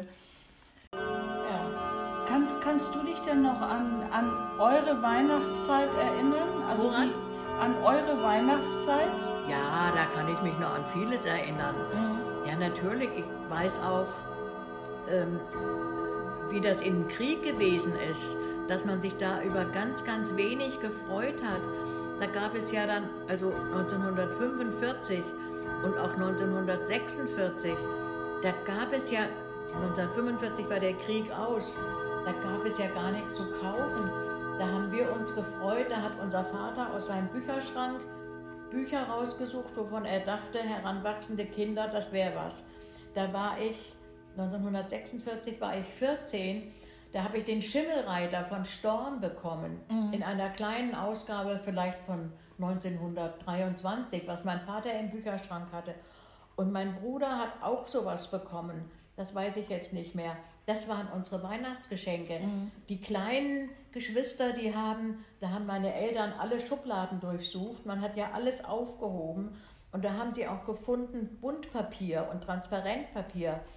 Ja. Kannst, kannst du dich denn noch an, an eure Weihnachtszeit erinnern? Also Woran? wie, an eure Weihnachtszeit? Ja, da kann ich mich noch an vieles erinnern. Mhm. Ja, natürlich, ich weiß auch, ähm, wie das im Krieg gewesen ist, dass man sich da über ganz, ganz wenig gefreut hat. Da gab es ja dann, also neunzehnhundertfünfundvierzig und auch neunzehnhundertsechsundvierzig, da gab es ja, neunzehnhundertfünfundvierzig war der Krieg aus, da gab es ja gar nichts zu kaufen. Da haben wir uns gefreut, da hat unser Vater aus seinem Bücherschrank Bücher rausgesucht, wovon er dachte, heranwachsende Kinder, das wäre was. Da war ich, neunzehnhundertsechsundvierzig war ich vierzehn, da habe ich den Schimmelreiter von Storm bekommen, mhm. in einer kleinen Ausgabe vielleicht von neunzehnhundertdreiundzwanzig, was mein Vater im Bücherschrank hatte. Und mein Bruder hat auch sowas bekommen, das weiß ich jetzt nicht mehr. Das waren unsere Weihnachtsgeschenke. Mhm. Die kleinen Geschwister, die haben, da haben meine Eltern alle Schubladen durchsucht, man hat ja alles aufgehoben, und da haben sie auch gefunden Buntpapier und Transparentpapier.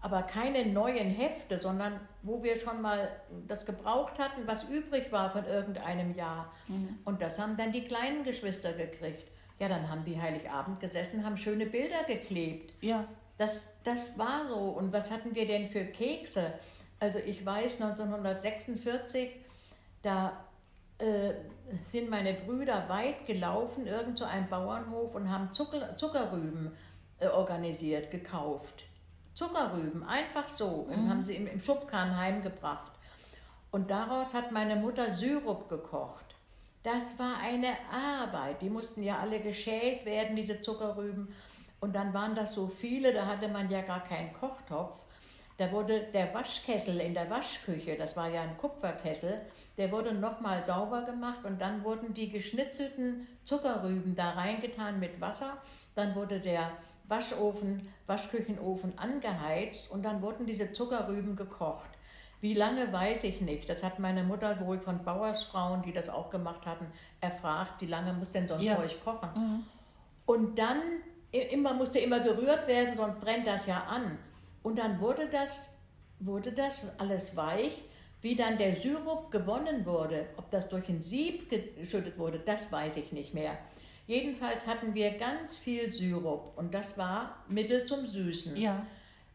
aber keine neuen Hefte, sondern wo wir schon mal das gebraucht hatten, was übrig war von irgendeinem Jahr. Mhm. Und das haben dann die kleinen Geschwister gekriegt. Ja, dann haben die Heiligabend gesessen, haben schöne Bilder geklebt. Ja. Das, das war so. Und was hatten wir denn für Kekse? Also ich weiß, neunzehnhundertsechsundvierzig, da äh, sind meine Brüder weit gelaufen, irgend so ein Bauernhof, und haben Zucker, Zuckerrüben äh, organisiert, gekauft. Zuckerrüben, einfach so, mhm. haben sie im, im Schubkarren heimgebracht. Und daraus hat meine Mutter Syrup gekocht. Das war eine Arbeit, die mussten ja alle geschält werden, diese Zuckerrüben. Und dann waren das so viele, da hatte man ja gar keinen Kochtopf. Da wurde der Waschkessel in der Waschküche, das war ja ein Kupferkessel, der wurde nochmal sauber gemacht und dann wurden die geschnitzelten Zuckerrüben da reingetan mit Wasser. Dann wurde der Waschofen, Waschküchenofen angeheizt und dann wurden diese Zuckerrüben gekocht. Wie lange, weiß ich nicht. Das hat meine Mutter wohl von Bauersfrauen, die das auch gemacht hatten, erfragt, wie lange muss denn so ein ja. Zeug kochen. Mhm. Und dann immer, musste immer gerührt werden, sonst brennt das ja an. Und dann wurde das, wurde das alles weich. Wie dann der Syrup gewonnen wurde, ob das durch ein Sieb geschüttet wurde, das weiß ich nicht mehr. Jedenfalls hatten wir ganz viel Syrup und das war Mittel zum Süßen. Ja.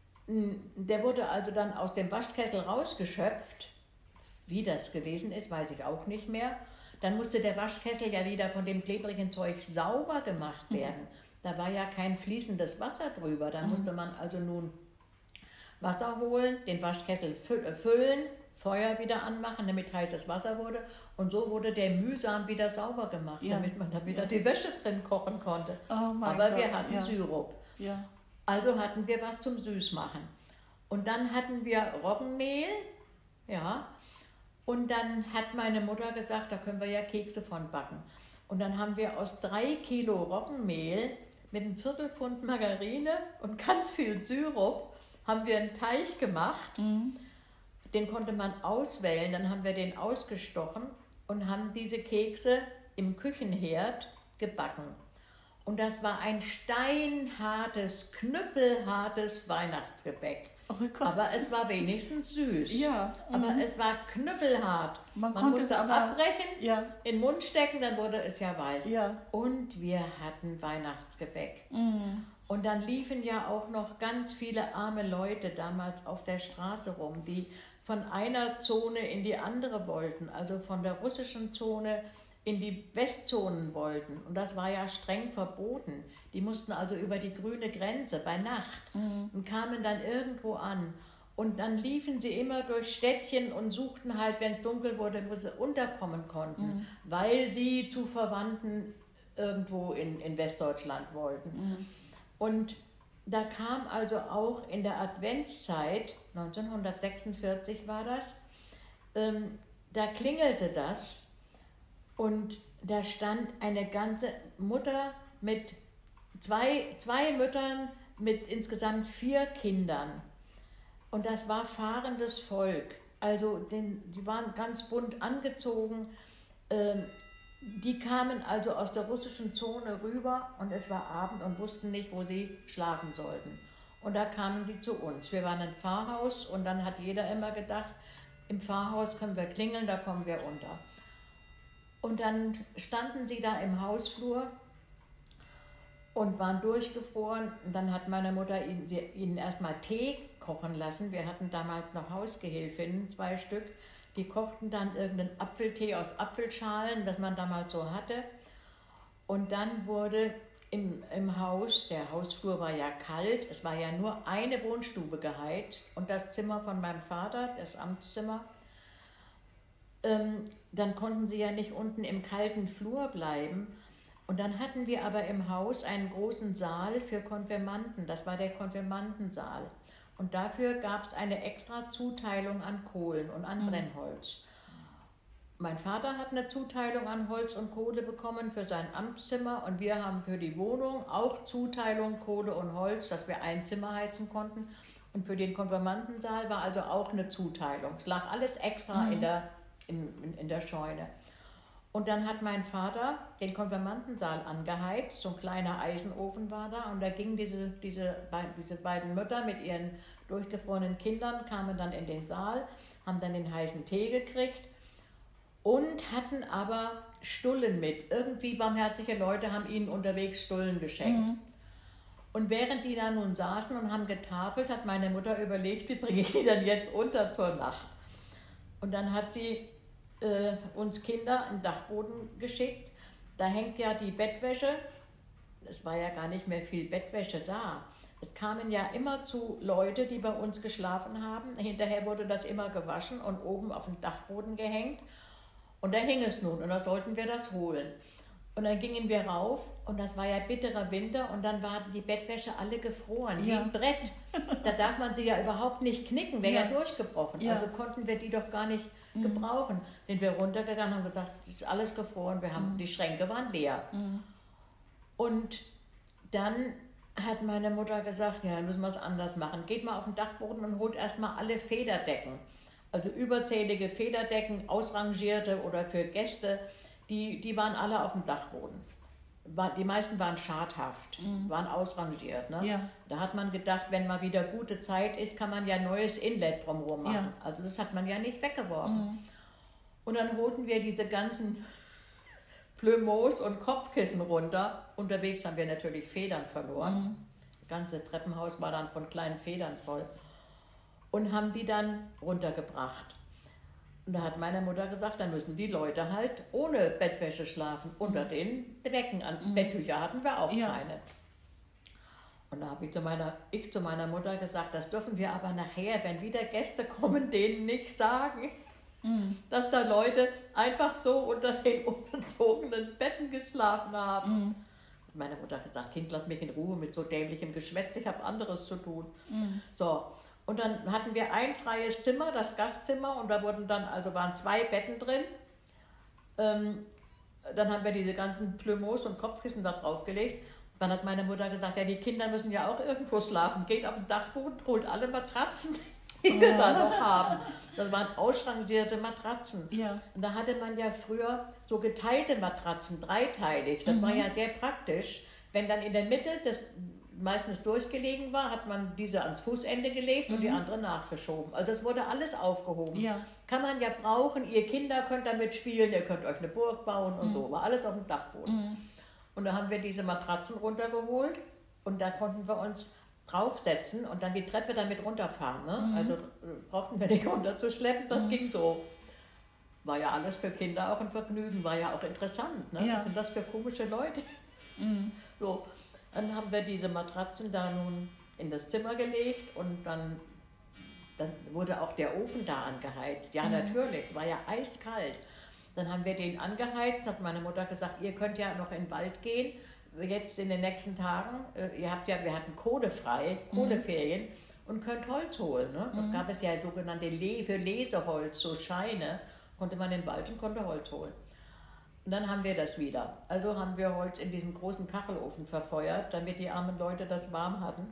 Der wurde also dann aus dem Waschkessel rausgeschöpft. Wie das gewesen ist, weiß ich auch nicht mehr. Dann musste der Waschkessel ja wieder von dem klebrigen Zeug sauber gemacht werden. Mhm. Da war ja kein fließendes Wasser drüber. Dann mhm. musste man also nun Wasser holen, den Waschkessel füllen, Feuer wieder anmachen, damit heißes Wasser wurde. Und so wurde der mühsam wieder sauber gemacht, ja. damit man da wieder ja. die Wäsche drin kochen konnte. Oh mein Aber Gott. wir hatten ja. Syrup. Ja. Also hatten wir was zum Süßmachen. Und dann hatten wir Roggenmehl, ja. Und dann hat meine Mutter gesagt, da können wir ja Kekse von backen. Und dann haben wir aus drei Kilo Roggenmehl mit einem Viertelpfund Margarine und ganz viel Syrup haben wir einen Teig gemacht. Mhm. Den konnte man auswählen, dann haben wir den ausgestochen und haben diese Kekse im Küchenherd gebacken. Und das war ein steinhartes, knüppelhartes Weihnachtsgebäck. Oh Gott. Aber es war wenigstens süß. Ja. Aber mhm. es war knüppelhart. Man, Man konnte musste es aber abbrechen, ja. in den Mund stecken, dann wurde es ja weich. Ja. Und wir hatten Weihnachtsgebäck. Mhm. Und dann liefen ja auch noch ganz viele arme Leute damals auf der Straße rum, die von einer Zone in die andere wollten, also von der russischen Zone in die Westzonen wollten. Und das war ja streng verboten. Die mussten also über die grüne Grenze bei Nacht mhm. und kamen dann irgendwo an. Und dann liefen sie immer durch Städtchen und suchten halt, wenn es dunkel wurde, wo sie unterkommen konnten, mhm. weil sie zu Verwandten irgendwo in, in Westdeutschland wollten. Mhm. Und da kam also auch in der Adventszeit, neunzehnhundertsechsundvierzig war das, ähm, da klingelte das und da stand eine ganze Mutter mit zwei, zwei Müttern mit insgesamt vier Kindern. Und das war fahrendes Volk. Also den, die waren ganz bunt angezogen. Ähm, die kamen also aus der russischen Zone rüber und es war Abend und wussten nicht, wo sie schlafen sollten. Und da kamen sie zu uns. Wir waren im Pfarrhaus und dann hat jeder immer gedacht, im Pfarrhaus können wir klingeln, da kommen wir unter. Und dann standen sie da im Hausflur und waren durchgefroren. Und dann hat meine Mutter ihnen, sie, ihnen erstmal Tee kochen lassen. Wir hatten damals noch Hausgehilfinnen, zwei Stück. Die kochten dann irgendeinen Apfeltee aus Apfelschalen, das man damals so hatte. Und dann wurde im, im Haus, der Hausflur war ja kalt, es war ja nur eine Wohnstube geheizt und das Zimmer von meinem Vater, das Amtszimmer. Ähm, dann konnten sie ja nicht unten im kalten Flur bleiben. Und dann hatten wir aber im Haus einen großen Saal für Konfirmanden, das war der Konfirmandensaal. Und dafür gab es eine extra Zuteilung an Kohlen und an Brennholz. Mein Vater hat eine Zuteilung an Holz und Kohle bekommen für sein Amtszimmer und wir haben für die Wohnung auch Zuteilung Kohle und Holz, dass wir ein Zimmer heizen konnten. Und für den Konfirmandensaal war also auch eine Zuteilung. Es lag alles extra mhm. in, der, in, in, in der Scheune. Und dann hat mein Vater den Konfirmandensaal angeheizt, so ein kleiner Eisenofen war da und da gingen diese, diese, diese beiden Mütter mit ihren durchgefrorenen Kindern, kamen dann in den Saal, haben dann den heißen Tee gekriegt und hatten aber Stullen mit. Irgendwie barmherzige Leute haben ihnen unterwegs Stullen geschenkt. Mhm. Und während die da nun saßen und haben getafelt, hat meine Mutter überlegt, wie bringe ich die denn jetzt unter zur Nacht? Und dann hat sie äh, uns Kinder einen Dachboden geschickt. Da hängt ja die Bettwäsche. Es war ja gar nicht mehr viel Bettwäsche da. Es kamen ja immer zu Leute, die bei uns geschlafen haben. Hinterher wurde das immer gewaschen und oben auf den Dachboden gehängt. Und da hing es nun und da sollten wir das holen. Und dann gingen wir rauf und das war ja bitterer Winter und dann war die Bettwäsche alle gefroren, ja. Wie ein Brett. Da darf man sie ja überhaupt nicht knicken, wäre ja. ja durchgebrochen. Ja. Also konnten wir die doch gar nicht mhm. gebrauchen. Sind wir runtergegangen und haben gesagt, das ist alles gefroren, wir haben, mhm. die Schränke waren leer. Mhm. Und dann hat meine Mutter gesagt, ja, dann müssen wir es anders machen. Geht mal auf den Dachboden und holt erstmal alle Federdecken. Also überzählige Federdecken, ausrangierte oder für Gäste. Die, die waren alle auf dem Dachboden. Die meisten waren schadhaft, mhm. waren ausrangiert. Ne? Ja. Da hat man gedacht, wenn mal wieder gute Zeit ist, kann man ja neues Inlet drumherum machen. Ja. Also das hat man ja nicht weggeworfen. Mhm. Und dann holten wir diese ganzen Plümeaus und Kopfkissen runter. Unterwegs haben wir natürlich Federn verloren. Mhm. Das ganze Treppenhaus war dann von kleinen Federn voll. Und haben die dann runtergebracht. Und da hat meine Mutter gesagt, dann müssen die Leute halt ohne Bettwäsche schlafen. Unter den Decken. An Betttücher hatten wir auch ja. keine. Und da habe ich zu meiner, ich zu meiner Mutter gesagt, das dürfen wir aber nachher, wenn wieder Gäste kommen, denen nicht sagen, mhm. dass da Leute einfach so unter den unbezogenen Betten geschlafen haben. Mhm. Meine Mutter hat gesagt, Kind, lass mich in Ruhe mit so dämlichem Geschwätz, ich habe anderes zu tun. Mhm. So. Und dann hatten wir ein freies Zimmer, das Gastzimmer, und da wurden dann, also waren zwei Betten drin. Ähm, dann haben wir diese ganzen Plümeaus und Kopfkissen da draufgelegt. Dann hat meine Mutter gesagt, ja, die Kinder müssen ja auch irgendwo schlafen. Geht auf den Dachboden, holt alle Matratzen, die ja. wir da noch haben. Das waren ausrangierte Matratzen. Ja. Und da hatte man ja früher so geteilte Matratzen, dreiteilig. Das mhm. war ja sehr praktisch. Wenn dann in der Mitte das meistens durchgelegen war, hat man diese ans Fußende gelegt mhm. und die andere nachgeschoben. Also das wurde alles aufgehoben. Ja. Kann man ja brauchen, ihr Kinder könnt damit spielen, ihr könnt euch eine Burg bauen und mhm. so. War alles auf dem Dachboden. Mhm. Und da haben wir diese Matratzen runtergeholt und da konnten wir uns draufsetzen und dann die Treppe damit runterfahren. Ne? Mhm. Also brauchten wir nicht runterzuschleppen, das mhm. ging so. War ja alles für Kinder auch ein Vergnügen, war ja auch interessant. Ne? Ja. Was sind das für komische Leute? Mhm. So. Dann haben wir diese Matratzen da nun in das Zimmer gelegt und dann, dann wurde auch der Ofen da angeheizt. Ja, mhm. natürlich, es war ja eiskalt. Dann haben wir den angeheizt, hat meine Mutter gesagt, ihr könnt ja noch in den Wald gehen, jetzt in den nächsten Tagen. Ihr habt ja, wir hatten kohlefrei, Kohleferien mhm. und könnt Holz holen. Ne? Da mhm. gab es ja sogenannte Le- für Leseholz, so Scheine, konnte man in den Wald und konnte Holz holen. Und dann haben wir das wieder. Also haben wir Holz in diesem großen Kachelofen verfeuert, damit die armen Leute das warm hatten.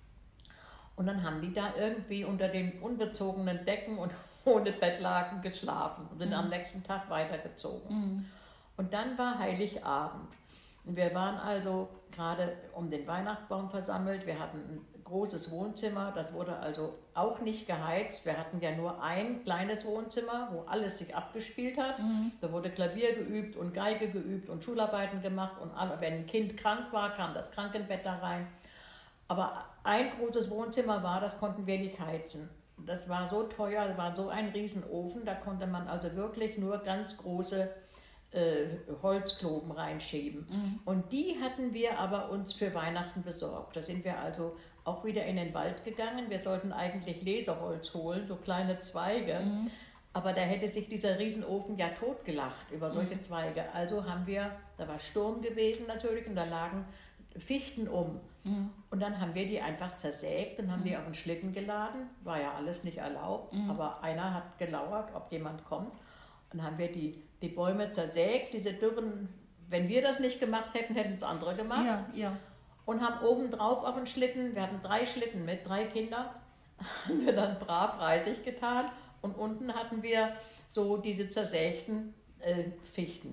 Und dann haben die da irgendwie unter den unbezogenen Decken und ohne Bettlaken geschlafen und sind mhm. am nächsten Tag weitergezogen. Mhm. Und dann war Heiligabend. Und wir waren also gerade um den Weihnachtsbaum versammelt. Wir hatten ein großes Wohnzimmer, das wurde also auch nicht geheizt. Wir hatten ja nur ein kleines Wohnzimmer, wo alles sich abgespielt hat. Mhm. Da wurde Klavier geübt und Geige geübt und Schularbeiten gemacht. Und wenn ein Kind krank war, kam das Krankenbett da rein. Aber ein großes Wohnzimmer war, das konnten wir nicht heizen. Das war so teuer, das war so ein Riesenofen, da konnte man also wirklich nur ganz große äh, Holzkloben reinschieben. Mhm. Und die hatten wir aber uns für Weihnachten besorgt. Da sind wir also auch wieder in den Wald gegangen. Wir sollten eigentlich Leseholz holen, so kleine Zweige. Mhm. Aber da hätte sich dieser Riesenofen ja totgelacht über solche mhm. Zweige. Also haben wir, da war Sturm gewesen natürlich und da lagen Fichten um. Mhm. Und dann haben wir die einfach zersägt und haben mhm. die auf den Schlitten geladen. War ja alles nicht erlaubt, mhm. aber einer hat gelauert, ob jemand kommt. Und dann haben wir die, die Bäume zersägt, diese dürren, wenn wir das nicht gemacht hätten, hätten es andere gemacht. Ja, ja. Und haben obendrauf auf den Schlitten, wir hatten drei Schlitten mit, drei Kinder, haben wir dann brav Reisig getan. Und unten hatten wir so diese zersägten äh, Fichten.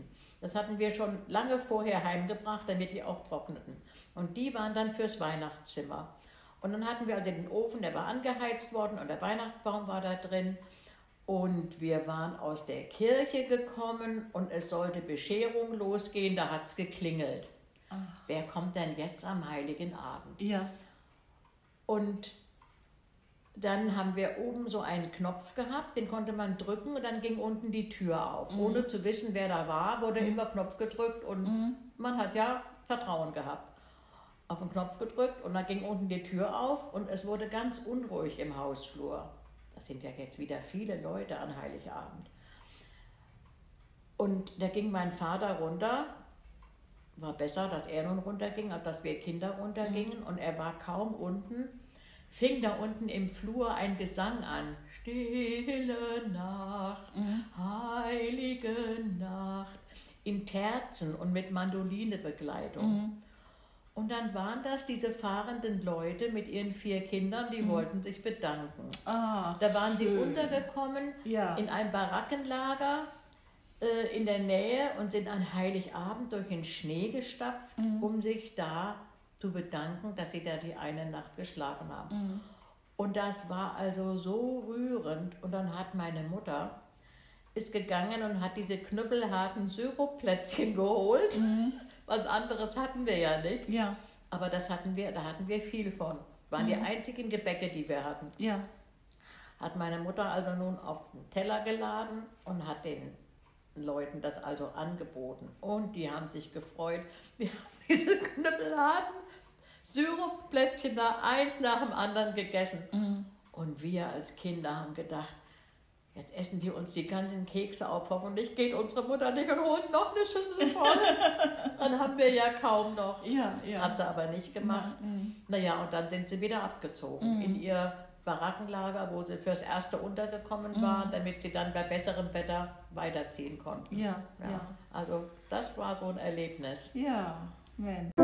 Das hatten wir schon lange vorher heimgebracht, damit die auch trockneten. Und die waren dann fürs Weihnachtszimmer. Und dann hatten wir also den Ofen, der war angeheizt worden und der Weihnachtsbaum war da drin. Und wir waren aus der Kirche gekommen und es sollte Bescherung losgehen, da hat es geklingelt. Ach. Wer kommt denn jetzt am Heiligen Abend? Ja. Und dann haben wir oben so einen Knopf gehabt, den konnte man drücken und dann ging unten die Tür auf. Mhm. Ohne zu wissen, wer da war, wurde mhm. immer Knopf gedrückt und mhm. man hat ja Vertrauen gehabt. Auf den Knopf gedrückt und dann ging unten die Tür auf und es wurde ganz unruhig im Hausflur. Das sind ja jetzt wieder viele Leute an Heiligabend. Und da ging mein Vater runter. War besser, dass er nun runterging, als dass wir Kinder runtergingen. Mhm. Und er war kaum unten. Fing da unten im Flur ein Gesang an. Stille Nacht, mhm. heilige Nacht. In Terzen und mit Mandolinebegleitung. Mhm. Und dann waren das diese fahrenden Leute mit ihren vier Kindern, die mhm. wollten sich bedanken. Ah, da waren schön. Sie untergekommen ja. in einem Barackenlager äh, in der Nähe und sind an Heiligabend durch den Schnee gestapft, mhm. um sich da zu bedanken, dass sie da die eine Nacht geschlafen haben. Mhm. Und das war also so rührend. Und dann hat meine Mutter, ist gegangen und hat diese knüppelharten Syrupplätzchen geholt. Mhm. Was anderes hatten wir ja nicht. Ja. Aber das hatten wir, da hatten wir viel von. Waren mhm. die einzigen Gebäcke, die wir hatten. Ja. Hat meine Mutter also nun auf den Teller geladen und hat den Leuten das also angeboten. Und die haben sich gefreut. Die haben diese knüppelharten Syrupplätzchen da eins nach dem anderen gegessen. Mhm. Und wir als Kinder haben gedacht, jetzt essen die uns die ganzen Kekse auf. Hoffentlich geht unsere Mutter nicht und holt noch eine Schüssel voll. Dann haben wir ja kaum noch. Ja, ja. Hat sie aber nicht gemacht. Mhm. Naja, und dann sind sie wieder abgezogen mhm. in ihr Barackenlager, wo sie fürs Erste untergekommen mhm. waren, damit sie dann bei besserem Wetter weiterziehen konnten. Ja, ja. ja. Also das war so ein Erlebnis. Ja, Mensch.